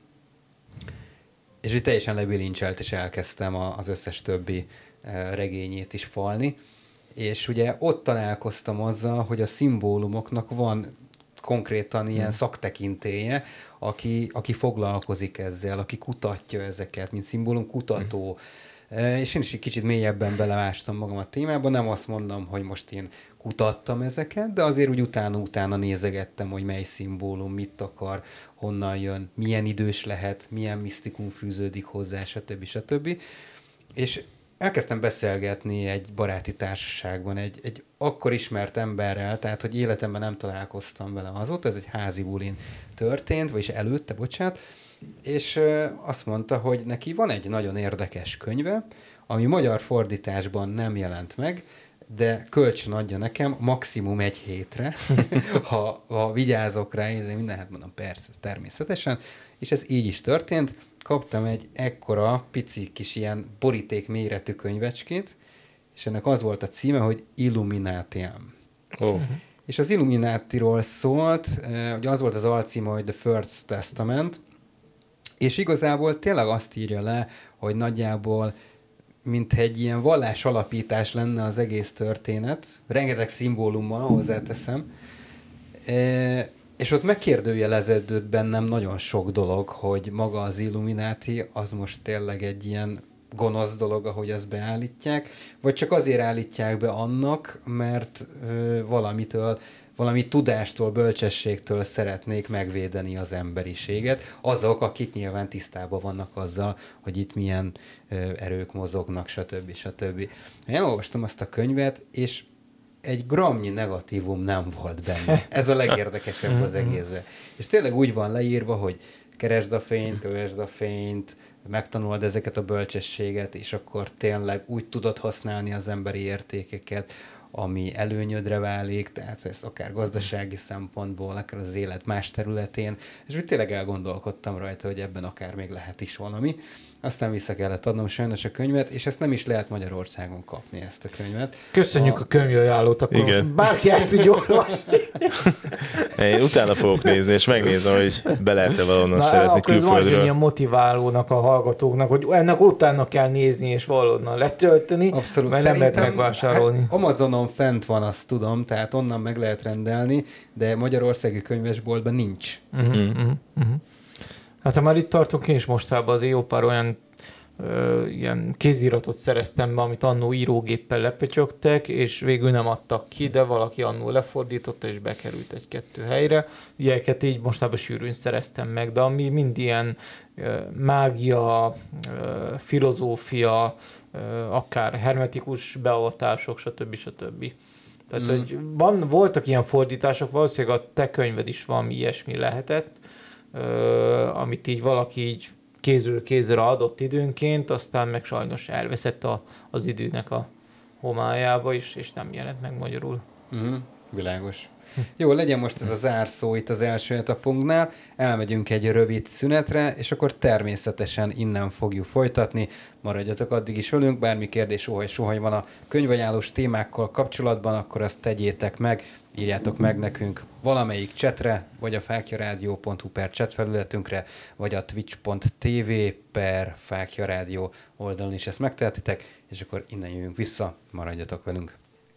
És így teljesen lebilincselt, és elkezdtem az összes többi regényét is falni. És ugye ott találkoztam azzal, hogy a szimbólumoknak van konkrétan ilyen szaktekintélye, aki foglalkozik ezzel, aki kutatja ezeket, mint szimbólumkutató. És én is egy kicsit mélyebben belevástam magam a témába, nem azt mondom, hogy most én kutattam ezeket, de azért úgy utána nézegettem, hogy mely szimbólum, mit akar, honnan jön, milyen idős lehet, milyen misztikum fűződik hozzá, stb. És elkezdtem beszélgetni egy baráti társaságban, egy akkor ismert emberrel, tehát, hogy életemben nem találkoztam vele azóta, ez egy házi bulin történt, vagyis előtte, bocsánat, és azt mondta, hogy neki van egy nagyon érdekes könyve, ami magyar fordításban nem jelent meg, de kölcsön adja nekem maximum egy hétre, ha vigyázok rá, én mindenhet mondom, persze, természetesen, és ez így is történt. Kaptam egy ekkora, pici kis ilyen boríték méretű könyvecskét, és ennek az volt a címe, hogy Illuminatiam. Oh. És az Illuminatiról szólt, ugye az volt az alcíme, hogy The First Testament, és igazából tényleg azt írja le, hogy nagyjából mint egy ilyen vallás alapítás lenne az egész történet, rengeteg szimbólummal hozzáteszem, és ott megkérdőjeleződött bennem nagyon sok dolog, hogy maga az Illuminati az most tényleg egy ilyen gonosz dolog, ahogy ezt beállítják, vagy csak azért állítják be annak, mert valami tudástól, bölcsességtől szeretnék megvédeni az emberiséget. Azok, akik nyilván tisztában vannak azzal, hogy itt milyen erők mozognak, stb. Én olvastam azt a könyvet, és egy gramnyi negatívum nem volt benne. Ez a legérdekesebb az egészben. És tényleg úgy van leírva, hogy keresd a fényt, kövesd a fényt, megtanulod ezeket a bölcsességet, és akkor tényleg úgy tudod használni az emberi értékeket, ami előnyödre válik, tehát ez akár gazdasági szempontból, akár az élet más területén, és úgy tényleg elgondolkodtam rajta, hogy ebben akár még lehet is valami. aztán vissza kellett adnom sajnos a könyvet, és ezt nem is lehet Magyarországon kapni, ezt a könyvet. Köszönjük a könyvajánlót, akkor Igen. bárki el tudja olvasni. Én utána fogok nézni, és megnézem, hogy be lehet-e valahonnan szerezni akkor ez van ilyen külföldről. motiválónak a hallgatóknak, hogy ennek utána kell nézni, és valahonnan letölteni, Abszolút. mert nem lehet Szerintem, megvásárolni. Hát Amazonon fent van, azt tudom, tehát onnan meg lehet rendelni, de magyarországi könyvesboltban nincs. Hát ha már itt tartunk, én is mostában azért jó pár olyan ilyen kéziratot szereztem be, amit annó írógéppel lepötyögtek, és végül nem adtak ki, de valaki annó lefordította, és bekerült egy-kettő helyre. Ilyeneket így mostában sűrűn szereztem meg, de ami mind ilyen mágia, filozófia, akár hermetikus beavatások, stb. Tehát, hogy voltak ilyen fordítások, valószínűleg a te könyved is valami ilyesmi lehetett, amit így valaki így kézről kézre adott időnként, aztán meg sajnos elveszett az időnek a homályába is, és nem jelent meg magyarul. Világos. Jó, legyen most ez a zárszó itt az első etapunknál, elmegyünk egy rövid szünetre, és akkor természetesen innen fogjuk folytatni. Maradjatok addig is velünk, bármi kérdés, óhaj van a könyvajánlós témákkal kapcsolatban, akkor azt tegyétek meg, írjátok meg nekünk valamelyik csetre, vagy a fáklyaradio.hu/chat felületünkre, vagy a twitch.tv/fáklyaradio oldalon is ezt megtehetitek, és akkor innen jövünk vissza, maradjatok velünk.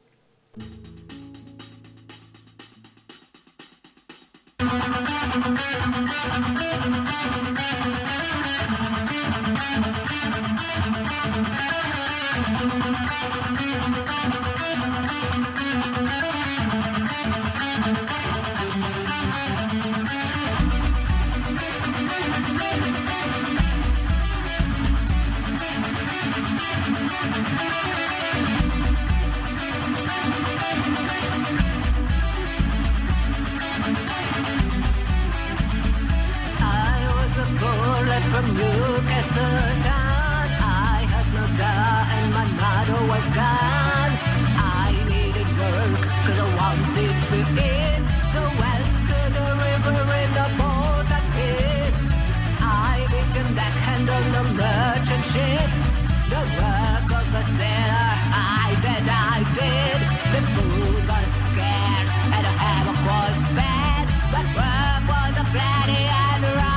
From Newcastle town, I had no dad and my mother was gone. I needed work cause I wanted to eat, so went to the river in the boat I've hid. I became deckhand on the merchant ship, the work of a sailor I did. The food was scarce and the havoc was bad, but work was a plenty and right.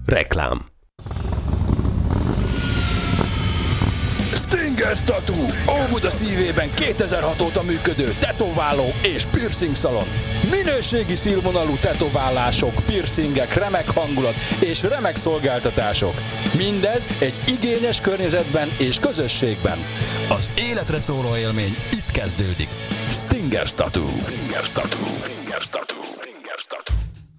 Reklám. Stingers Tattoo, Óbuda szívében 2006 óta működő tetováló és piercing szalon. Minőségi színvonalú tetoválások, piercingek, remek hangulat és remek szolgáltatások. Mindez egy igényes környezetben és közösségben. Az életre szóló élmény itt kezdődik. Stingers Tattoo. Stingers Tattoo. Stingers Tattoo. Stingers Tattoo.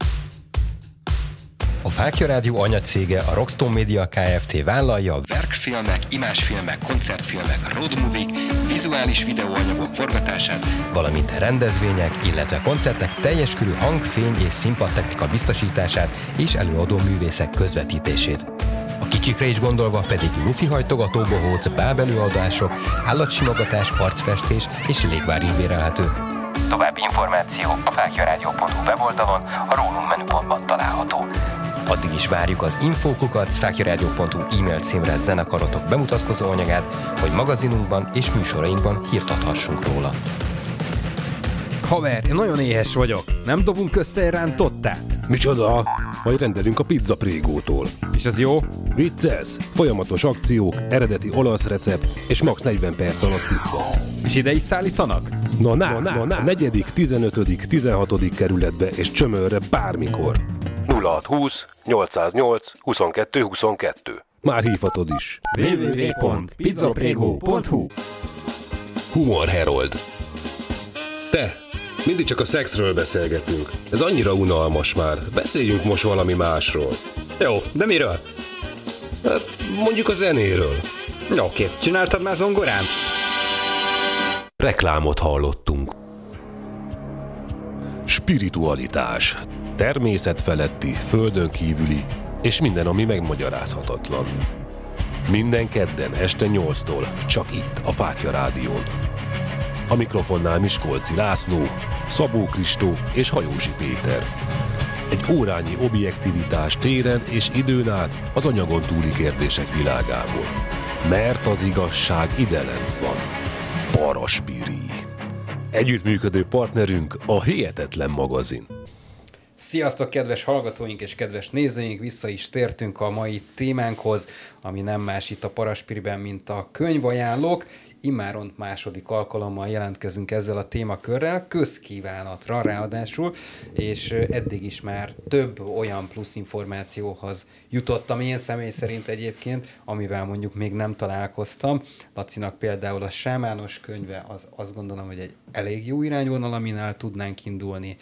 A Fáklya Rádió anyacége, a Rockstone Media Kft. Vállalja a verkfilmek, imásfilmek, koncertfilmek, roadmovie, vizuális videóanyagok forgatását, valamint rendezvények, illetve koncertek teljes körű hang, fény és színpadtechnika biztosítását és előadó művészek közvetítését. A kicsikre is gondolva pedig lufi-hajtogató bohóc, bábelőadások, állatsimogatás, arcfestés és légvári bérelhető. További információ a fáklyarádió.hu weboldalon, a rólunk menüpontban található. Addig is várjuk az info@fáklyarádió.hu e-mail címre zenekarotok bemutatkozó anyagát, hogy magazinunkban és műsorainkban hírt adhassunk róla. Haver, én nagyon éhes vagyok. Nem dobunk össze egy rántottát? Micsoda? Majd rendelünk a Pizza Prégótól. És az jó? Vicces! Folyamatos akciók, eredeti olasz recept és max 40 perc alatt pizza. És ide is szállítanak? Na, 4., 15., 16. kerületbe és Csömörre bármikor. 0620 808 22 22. Már hívhatod is. www.pizzaprego.hu Humor Herold. Te, mindig csak a szexről beszélgetünk. Ez annyira unalmas már. Beszéljünk most valami másról. Jó, de miről? Hát, mondjuk a zenéről. Oké, csináltad már zongorán? Reklámot hallottunk. Spiritualitás. Természet feletti, földön kívüli, és minden, ami megmagyarázhatatlan. Minden kedden este 8-tól, csak itt, a Fáklya Rádión. A mikrofonnál Miskolci László, Szabó Kristóf és Hajósi Péter. Egy órányi objektivitás téren és időn át az anyagon túli kérdések világából. Mert az igazság ide lent van. Paraspiri. Együttműködő partnerünk a Hihetetlen magazin. Sziasztok, kedves hallgatóink és kedves nézőink! Vissza is tértünk a mai témánkhoz, ami nem más itt a Paraspiriben, mint a könyvajánlók. Immáron második alkalommal jelentkezünk ezzel a témakörrel, közkívánatra ráadásul, és eddig is már több olyan plusz információhoz jutottam én személy szerint egyébként, amivel mondjuk még nem találkoztam. Lacinak például a sámános könyve, az azt gondolom, hogy egy elég jó irányvonal, aminál tudnánk indulni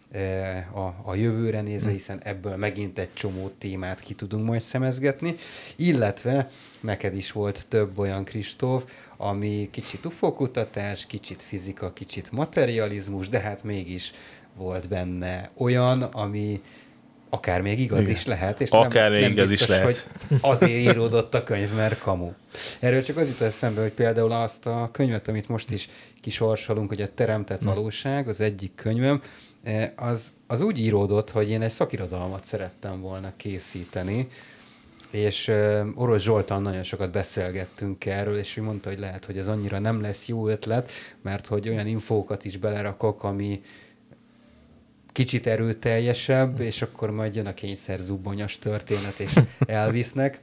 a jövőre nézve, hiszen ebből megint egy csomó témát ki tudunk majd szemezgetni, illetve neked is volt több olyan, Kristóf, ami kicsit ufókutatás, kicsit fizika, kicsit materializmus, de hát mégis volt benne olyan, ami akár még igaz is lehet, és akár nem igaz biztos, is lehet. hogy azért íródott a könyv, mert kamu. Erről csak az jutott eszembe, hogy például azt a könyvet, amit most is kisorsolunk, hogy a Teremtett valóság, az egyik könyvem, az úgy íródott, hogy én egy szakirodalmat szerettem volna készíteni, és Orosz Zsoltán nagyon sokat beszélgettünk erről, és ő mondta, hogy lehet, hogy ez annyira nem lesz jó ötlet, mert hogy olyan infókat is belerakok, ami kicsit erőteljesebb, és akkor majd jön a kényszer zubbonyos történet, és elvisznek.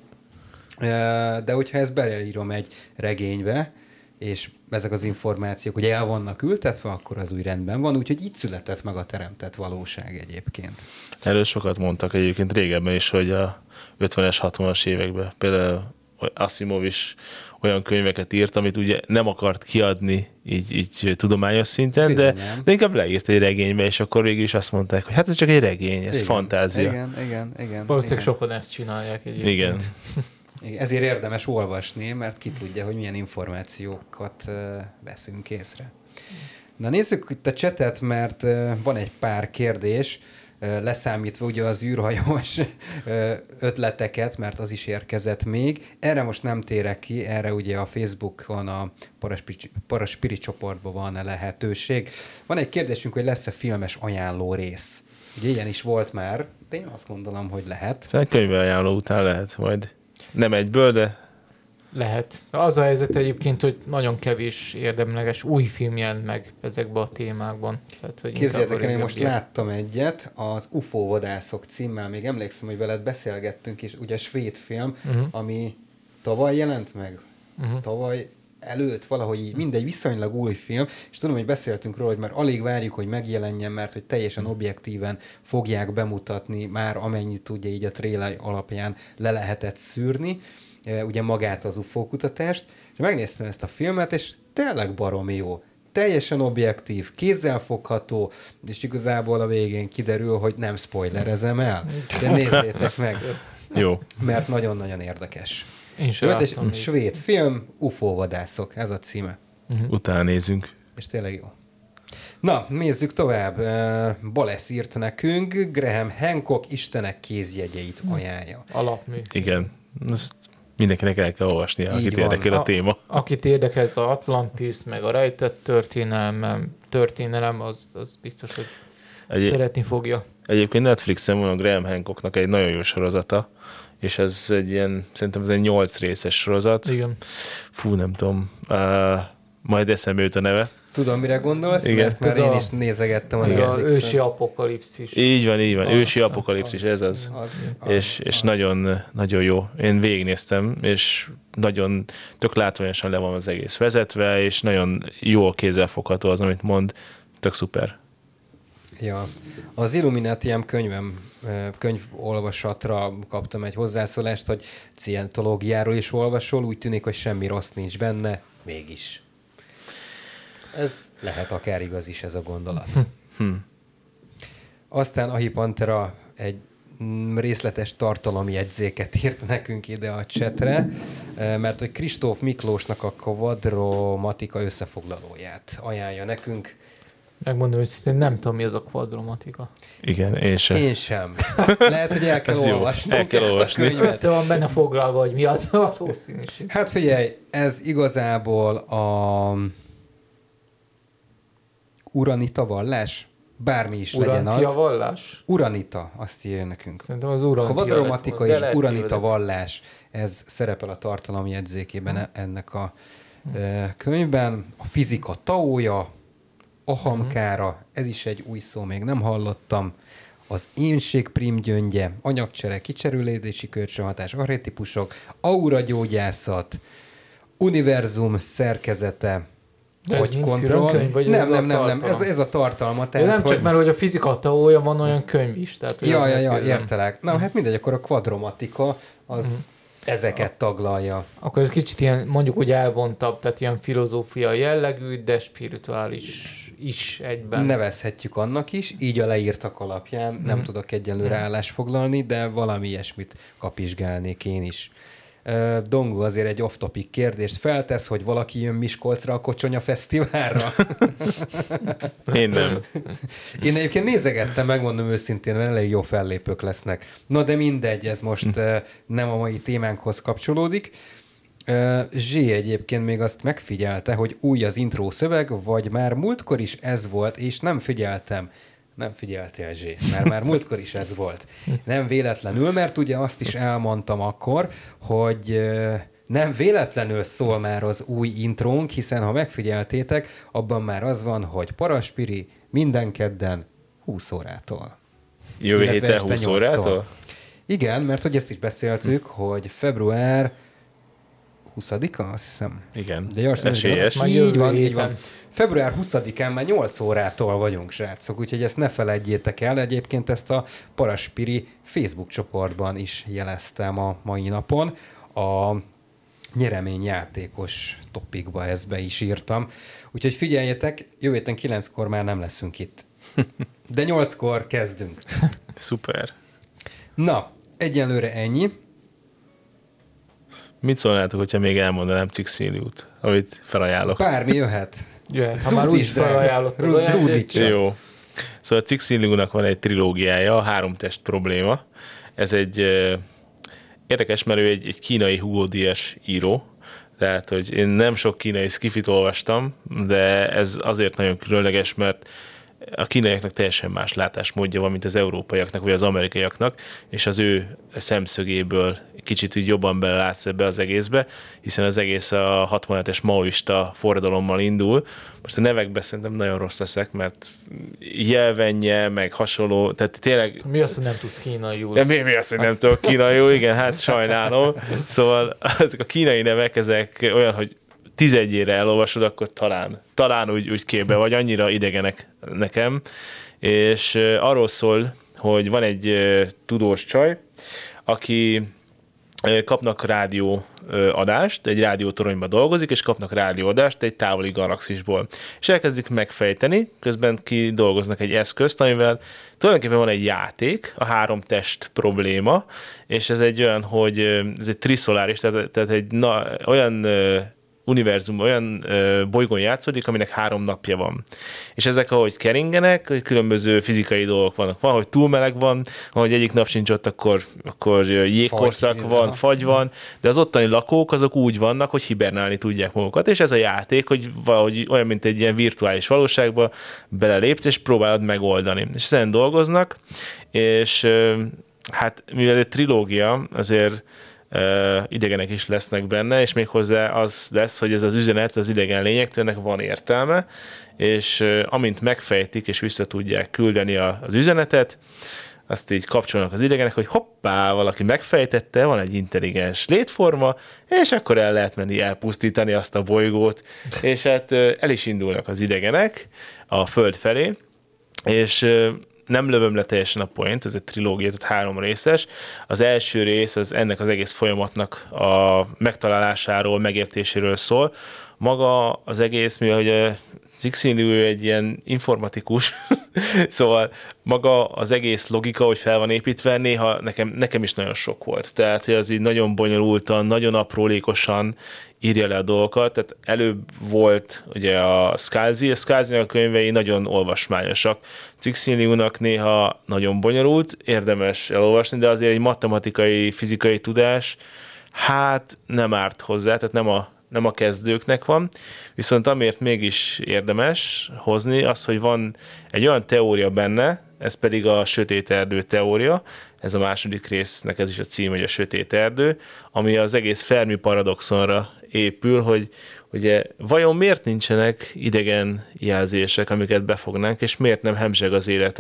De hogyha ezt beleírom egy regénybe, és ezek az információk ugye el vannak ültetve, akkor az úgy rendben van, úgyhogy így született meg a Teremtett valóság egyébként. Erről sokat mondtak egyébként régebben is, hogy a 50-es, 60-as években például Asimov is olyan könyveket írt, amit ugye nem akart kiadni így tudományos szinten, de inkább leírt egy regénybe, és akkor végül is azt mondták, hogy hát ez csak egy regény, ez fantázia. Igen. Valószínűleg sokan ezt csinálják egyébként. Igen. Ezért érdemes olvasni, mert ki tudja, hogy milyen információkat veszünk észre. Na nézzük itt a csetet, mert van egy pár kérdés, leszámítva ugye az űrhajós ötleteket, mert az is érkezett még. Erre most nem térek ki, erre ugye a Facebookon, a Paraspiri csoportban van lehetőség. Van egy kérdésünk, hogy lesz-e filmes ajánló rész. Ugye ilyen is volt már, de én azt gondolom, hogy lehet. Szóval könyvajánló után lehet majd. Nem egyből, de Lehet. Az a helyzet egyébként, hogy nagyon kevés érdemleges új film jelent meg ezekben a témákban. Tehát, hogy Képzeljétek el, én most láttam egyet, az UFO vadászok címmel, még emlékszem, hogy veled beszélgettünk is, ugye svéd film, ami tavaly jelent meg, tavaly előtt valahogy így, mindegy, viszonylag új film, és tudom, hogy beszéltünk róla, hogy már alig várjuk, hogy megjelenjen, mert hogy teljesen objektíven fogják bemutatni, már amennyit tudja így a trailer alapján le lehetett szűrni, ugye magát az UFO kutatást, és megnéztem ezt a filmet, és tényleg baromi jó. Teljesen objektív, kézzelfogható, és igazából a végén kiderül, hogy nem spoilerezem el. De nézzétek meg. Jó. Mert nagyon-nagyon érdekes. Én sem láttam. Svéd film, UFO vadászok, ez a címe. Utána nézünk. És tényleg jó. Na, nézzük tovább. Balesz írt nekünk, Graham Hancock Istenek kézjegyeit ajánlja. Alapmű. Igen. Ezt mindenkinek el kell olvasnia, Így akit van. érdekel a téma. Akit érdekel ez az Atlantis, meg a rejtett történelem, az biztos, hogy szeretni fogja. Egyébként Netflixen van a Graham Hancocknak egy nagyon jó sorozata, és ez egy ilyen, szerintem ez egy 8 részes sorozat. Igen. Fú, nem tudom. Majd eszembe jut a neve. Tudom, mire gondolsz? Igen. Mert én is nézegettem az Ez az Netflixen. ősi apokalipszis. Így van. Ősi apokalipszis, ez az. És nagyon, nagyon jó. Én végignéztem, és nagyon tök látványosan le van az egész vezetve, és nagyon jól kézzelfogható az, amit mond. Tök szuper. Ja. Az Illuminatium könyvolvasatra kaptam egy hozzászólást, hogy scientológiáról is olvasol, úgy tűnik, hogy semmi rossz nincs benne, mégis. Ez lehet akár igaz is ez a gondolat. Aztán Ahi Pantera egy részletes tartalomjegyzéket írt nekünk ide a chatre, mert hogy Kristóf Miklósnak a kvadromatika összefoglalóját ajánlja nekünk. Megmondom őszintén, nem tudom, mi az a kvadromatika. Igen, én sem. Én sem. Lehet, hogy el kell olvasnunk el kell ezt olvasni. a könyvet. Össze van benne foglalva, hogy mi az a valószínűség. Hát figyelj, ez igazából a uranita vallás, bármi is legyen az. Urantia vallás? Uranita, azt írja nekünk. Szerintem az urantia. Kvadromatika és uranita vallás, ez szerepel a tartalomjegyzékében ennek a könyvben. A fizika taója, ahamkára, ez is egy új szó, még nem hallottam. Az énség primgyöngye, anyagcsere, kicserülési kölcsönhatás, archetípusok, auragyógyászat, univerzum szerkezete, agykontroll. Nem. Ez a tartalma. Tehát, nem csak mert, hogy a fizika taója van olyan könyv is. Tehát, ja, értelek. Na, hát mindegy, akkor a kvadromatika az ezeket taglalja. Akkor ez kicsit ilyen, mondjuk úgy elvontabb, tehát ilyen filozófia jellegű, de spirituális is egyben. Nevezhetjük annak is, így a leírtak alapján nem tudok egyenlőre állást foglalni, de valami ilyesmit kapizsgálnék én is. Dongu azért egy off-topic kérdést feltesz, hogy valaki jön Miskolcra a Kocsonya Fesztiválra. Én nem. Én egyébként nézegettem, megmondom őszintén, mert elég jó fellépők lesznek. Na de mindegy, ez most nem a mai témánkhoz kapcsolódik. Zsé egyébként még azt megfigyelte, hogy új az intro szöveg, vagy már múltkor is ez volt, és nem figyeltem. Nem figyeltél, Zsé, mert már múltkor is ez volt. Nem véletlenül, mert ugye azt is elmondtam akkor, hogy nem véletlenül szól már az új intrónk, hiszen ha megfigyeltétek, abban már az van, hogy Paraspiri minden kedden 20 órától. Jövő héten 20 órától? Igen, mert hogy ezt is beszéltük, hogy február 20-a, azt hiszem. Igen, de esélyes. Így van. Február 20-án már 8 órától vagyunk, srácok, úgyhogy ezt ne feledjétek el. Egyébként ezt a Paraspiri Facebook csoportban is jeleztem a mai napon. A nyereményjátékos topikba ezt be is írtam. Úgyhogy figyeljetek, jövő héten 9-kor már nem leszünk itt. De 8-kor kezdünk. Szuper. Na, egyenlőre ennyi. Mit szólnátok, hogyha még elmondanám Cixiliút, amit felajánlok? Bármi jöhet. Ha már úgyis felajánlottad. Jó. Szóval Cixiliúnak van egy trilógiája, a 3 test probléma. Ez egy érdekes, mert ő egy kínai Hugo Díjas író, tehát, hogy én nem sok kínai skifit olvastam, de ez azért nagyon különleges, mert a kínaiaknak teljesen más látásmódja van, mint az európaiaknak, vagy az amerikaiaknak, és az ő szemszögéből kicsit úgy jobban belelátsz ebbe az egészbe, hiszen az egész a 67-es maoista forradalommal indul. Most a nevekben szerintem nagyon rossz leszek, mert jelvenje, meg hasonló, tehát tényleg... Mi az, hogy nem tudsz kínaiul? Mi az, hogy nem tudok kínaiul? Igen, hát sajnálom. Szóval ezek a kínai nevek, ezek olyan, hogy 11-ére elolvasod, akkor talán úgy képbe vagy, annyira idegenek nekem. És arról szól, hogy van egy tudós csaj, aki kapnak rádióadást, egy rádiótoronyban dolgozik, és kapnak rádióadást egy távoli galaxisból. És elkezdik megfejteni, közben kidolgoznak egy eszközt, amivel tulajdonképpen van egy játék, a 3 test probléma, és ez egy olyan, hogy ez egy triszoláris, tehát egy olyan univerzum, olyan bolygón játszódik, aminek 3 napja van. És ezek, ahogy keringenek, különböző fizikai dolgok vannak. Van, hogy túl meleg van, ahogy egyik nap sincs ott, akkor jégkorszak van, fagy van, de az ottani lakók azok úgy vannak, hogy hibernálni tudják magukat. És ez a játék, hogy valahogy olyan, mint egy ilyen virtuális valóságba belelépsz, és próbálod megoldani. És ezen dolgoznak, és hát mivel egy trilógia, azért idegenek is lesznek benne, és méghozzá az lesz, hogy ez az üzenet az idegen lényektől van értelme, és amint megfejtik és vissza tudják küldeni az üzenetet, azt így kapcsolnak az idegenek, hogy hoppá, valaki megfejtette, van egy intelligens létforma, és akkor el lehet menni elpusztítani azt a bolygót, és hát el is indulnak az idegenek a Föld felé, és nem lövöm le teljesen a point, ez egy trilógia, tehát 3 részes. Az első rész az ennek az egész folyamatnak a megtalálásáról, megértéséről szól. Maga az egész, mivel hogy Cixin egy ilyen informatikus, szóval maga az egész logika, hogy fel van építve, néha nekem is nagyon sok volt. Tehát, hogy az így nagyon bonyolultan, nagyon aprólékosan írja le a dolgokat. Tehát előbb volt ugye a Scalzi-nak a könyvei nagyon olvasmányosak. Cixin-nak néha nagyon bonyolult, érdemes elolvasni, de azért egy matematikai, fizikai tudás, hát nem árt hozzá, tehát nem a kezdőknek van, viszont amiért mégis érdemes hozni, az, hogy van egy olyan teória benne, ez pedig a sötét erdő teória, ez a második résznek ez is a cím, hogy a sötét erdő, ami az egész Fermi paradoxonra épül, hogy ugye vajon miért nincsenek idegen jelzések, amiket befognánk, és miért nem hemzseg az élet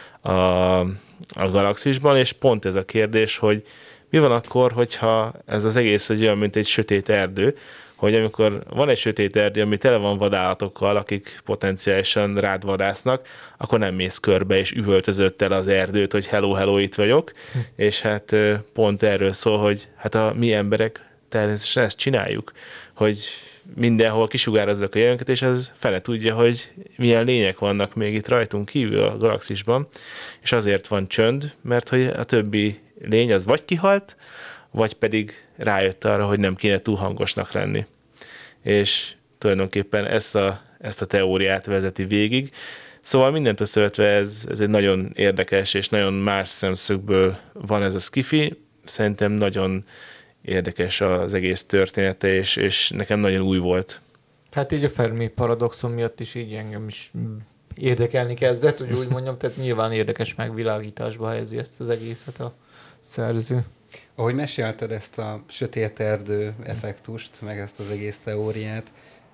a galaxisban, és pont ez a kérdés, hogy mi van akkor, hogyha ez az egész egy olyan, mint egy sötét erdő, hogy amikor van egy sötét erdő, ami tele van vadállatokkal, akik potenciálisan rád vadásznak, akkor nem mész körbe, és üvöltözött el az erdőt, hogy hello, itt vagyok, és hát pont erről szól, hogy hát a mi emberek természetesen ezt csináljuk, hogy mindenhol kisugározzak a jelenket, és ez fele tudja, hogy milyen lények vannak még itt rajtunk kívül a galaxisban, és azért van csönd, mert hogy a többi lény az vagy kihalt, vagy pedig rájött arra, hogy nem kéne túl hangosnak lenni. És tulajdonképpen ezt a teóriát vezeti végig. Szóval mindent összevetve ez egy nagyon érdekes és nagyon más szemszögből van ez a sci-fi. Szerintem nagyon érdekes az egész története, és nekem nagyon új volt. Hát így a Fermi paradoxon miatt is így engem is érdekelni kezdett, hogy úgy mondjam, tehát nyilván érdekes megvilágításba helyezi ezt az egészet a szerző. Ahogy mesélted ezt a sötét erdő effektust, meg ezt az egész teóriát,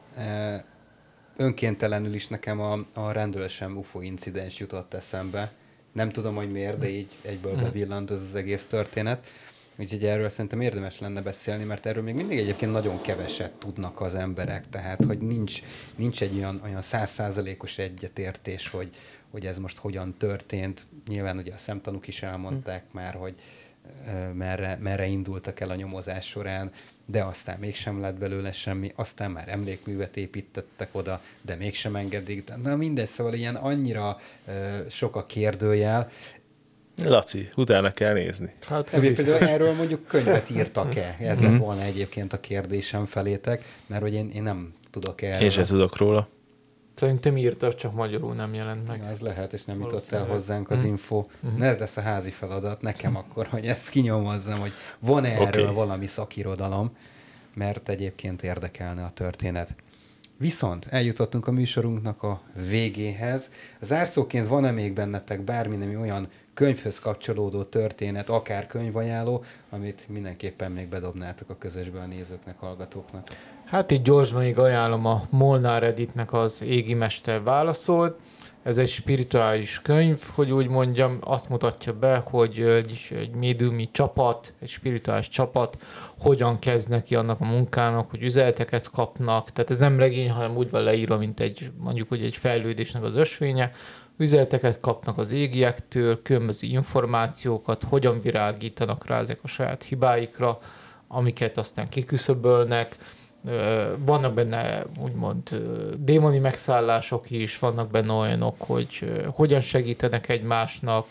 önkéntelenül is nekem a rendőrösen UFO incidens jutott eszembe. Nem tudom, hogy miért, de így egyből bevillant ez az egész történet. Úgyhogy erről szerintem érdemes lenne beszélni, mert erről még mindig egyébként nagyon keveset tudnak az emberek, tehát hogy nincs egy olyan 100%-os egyetértés, hogy ez most hogyan történt. Nyilván ugye a szemtanúk is elmondták már, hogy merre indultak el a nyomozás során, de aztán mégsem lett belőle semmi, aztán már emlékművet építettek oda, de mégsem engedik. Na mindegy, szóval ilyen annyira sok a kérdőjel. Laci, utána kell nézni. Hát, például erről mondjuk könyvet írtak-e? Ez lett volna egyébként a kérdésem felétek, mert hogy én nem tudok erről. Én sem tudok róla. Szerintem írtak, csak magyarul nem jelent meg. Ja, az lehet, és nem jutott el hozzánk az info. Na ez lesz a házi feladat nekem akkor, hogy ezt kinyomozzam, hogy van erről valami szakirodalom, mert egyébként érdekelne a történet. Viszont eljutottunk a műsorunknak a végéhez. Zárszóként van-e még bennetek bármi nem olyan könyvhöz kapcsolódó történet, akár könyvajánló, amit mindenképpen még bedobnátok a közösbe a nézőknek, hallgatóknak? Hát itt gyorsban még ajánlom a Molnár Editnek az Égi Mester válaszolt. Ez egy spirituális könyv, hogy úgy mondjam, azt mutatja be, hogy egy médiumi csapat, egy spirituális csapat hogyan kezd neki annak a munkának, hogy üzeneteket kapnak. Tehát ez nem regény, hanem úgy van leírva, mint mondjuk egy fejlődésnek az ösvénye. Üzeneteket kapnak az égiektől, különböző információkat, hogyan virágítanak rá ezek a saját hibáikra, amiket aztán kiküszöbölnek. Vannak benne úgymond démoni megszállások is, vannak benne olyanok, hogy hogyan segítenek egymásnak,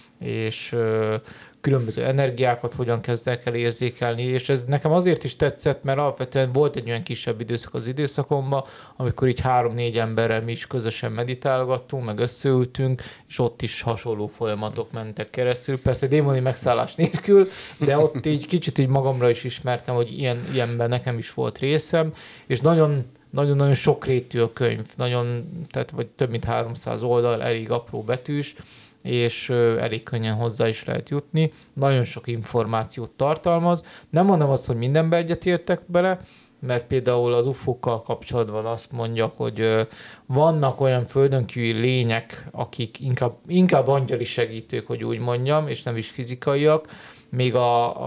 és különböző energiákat hogyan kezdek el érzékelni, és ez nekem azért is tetszett, mert alapvetően volt egy olyan kisebb időszak az időszakomban, amikor így 3-4 emberrel mi is közösen meditálgattunk, meg összeültünk, és ott is hasonló folyamatok mentek keresztül. Persze démoni megszállás nélkül, de ott így kicsit így magamra is ismertem, hogy ilyenben nekem is volt részem, és nagyon-nagyon sokrétű a könyv, tehát vagy több mint 300 oldal, elég apró betűs, és elég könnyen hozzá is lehet jutni. Nagyon sok információt tartalmaz. Nem mondom azt, hogy mindenbe egyetértek bele, mert például az UFO-kkal kapcsolatban azt mondja, hogy vannak olyan földönkívüli lények, akik inkább angyali segítők, hogy úgy mondjam, és nem is fizikaiak, még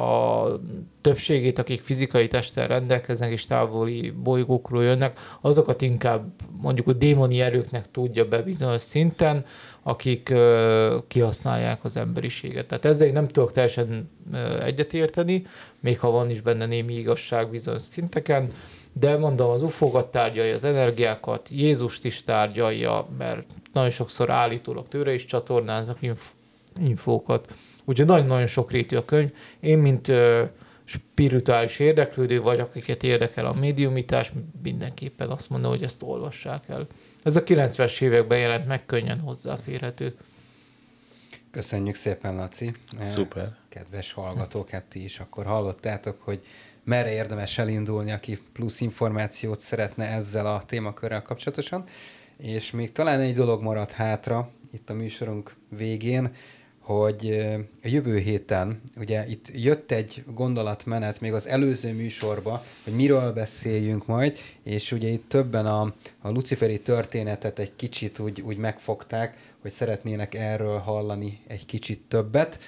a többségét, akik fizikai testtel rendelkeznek és távoli bolygókról jönnek, azokat inkább mondjuk a démoni erőknek tudja be bizonyos szinten, akik kihasználják az emberiséget. Tehát ezzel nem tudok teljesen egyetérteni, még ha van is benne némi igazság bizonyos szinteken, de mondom, az UFO-kat tárgyalja, az energiákat, Jézust is tárgyalja, mert nagyon sokszor állítólag tőle is csatornáznak infókat. Úgyhogy nagyon-nagyon sokrétű a könyv. Én, mint spirituális érdeklődő vagy, akiket érdekel a médiumitás, mindenképpen azt mondom, hogy ezt olvassák el. Ez a 90-es években jelent meg, könnyen hozzáférhető. Köszönjük szépen, Laci. Szuper. Kedves hallgatók, hát ti is akkor hallottátok, hogy merre érdemes elindulni, aki plusz információt szeretne ezzel a témakörrel kapcsolatosan. És még talán egy dolog maradt hátra itt a műsorunk végén, hogy a jövő héten, ugye itt jött egy gondolatmenet még az előző műsorba, hogy miről beszéljünk majd, és ugye itt többen a luciferi történetet egy kicsit úgy megfogták, hogy szeretnének erről hallani egy kicsit többet.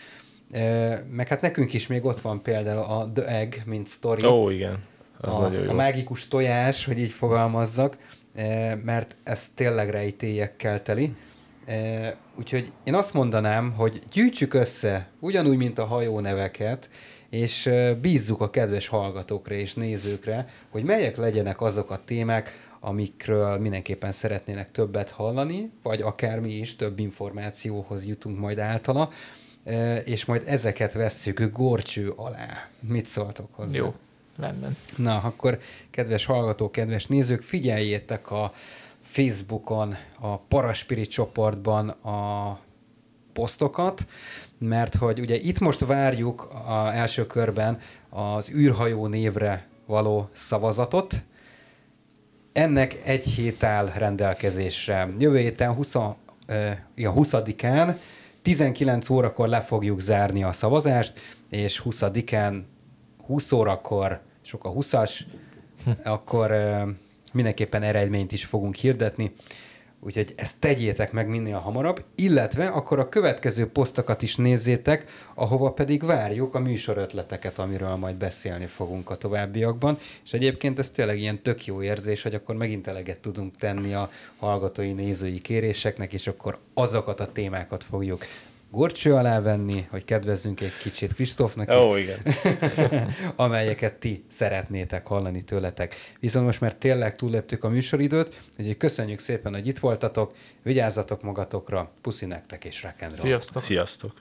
Meg hát nekünk is még ott van például a The Egg, mint sztori. Ó, igen. Az nagyon jó. A mágikus tojás, hogy így fogalmazzak, mert ez tényleg rejtélyekkel teli. Úgyhogy én azt mondanám, hogy gyűjtsük össze, ugyanúgy, mint a hajóneveket, és bízzuk a kedves hallgatókra és nézőkre, hogy melyek legyenek azok a témák, amikről mindenképpen szeretnének többet hallani, vagy akár mi is több információhoz jutunk majd általa, és majd ezeket vesszük górcső alá. Mit szóltok hozzá? Jó, rendben. Na, akkor kedves hallgatók, kedves nézők, figyeljétek a Facebookon, a Paraspirit csoportban a posztokat, mert hogy ugye itt most várjuk az első körben az űrhajó névre való szavazatot. Ennek egy hét áll rendelkezésre. Jövő héten 20-án 19 órakor le fogjuk zárni a szavazást, és 20-án 20 órakor, sok a 20-as, akkor mindenképpen eredményt is fogunk hirdetni, úgyhogy ezt tegyétek meg minél hamarabb, illetve akkor a következő posztokat is nézzétek, ahova pedig várjuk a műsorötleteket, amiről majd beszélni fogunk a továbbiakban, és egyébként ez tényleg ilyen tök jó érzés, hogy akkor megint eleget tudunk tenni a hallgatói, nézői kéréseknek, és akkor azokat a témákat fogjuk górcső alá venni, hogy kedvezzünk egy kicsit Kristófnak, igen. amelyeket ti szeretnétek hallani tőletek. Viszont most már tényleg túlléptük a műsoridőt, úgyhogy köszönjük szépen, hogy itt voltatok, vigyázzatok magatokra, puszi nektek és rock and roll. Sziasztok! Sziasztok!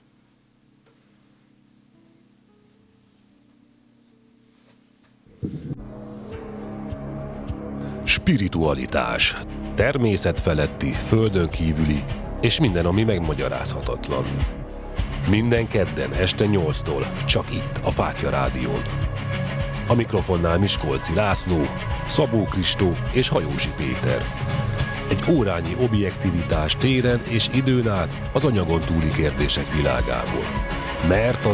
Spiritualitás. Természet feletti, földön kívüli, és minden, ami megmagyarázhatatlan. Minden kedden este 8-tól, csak itt, a Fáklya Rádión. A mikrofonnál Miskolci László Szabó Kristóf és Hajósi Péter. Egy órányi objektivitás téren és időn át az anyagon túli kérdések világából. Mert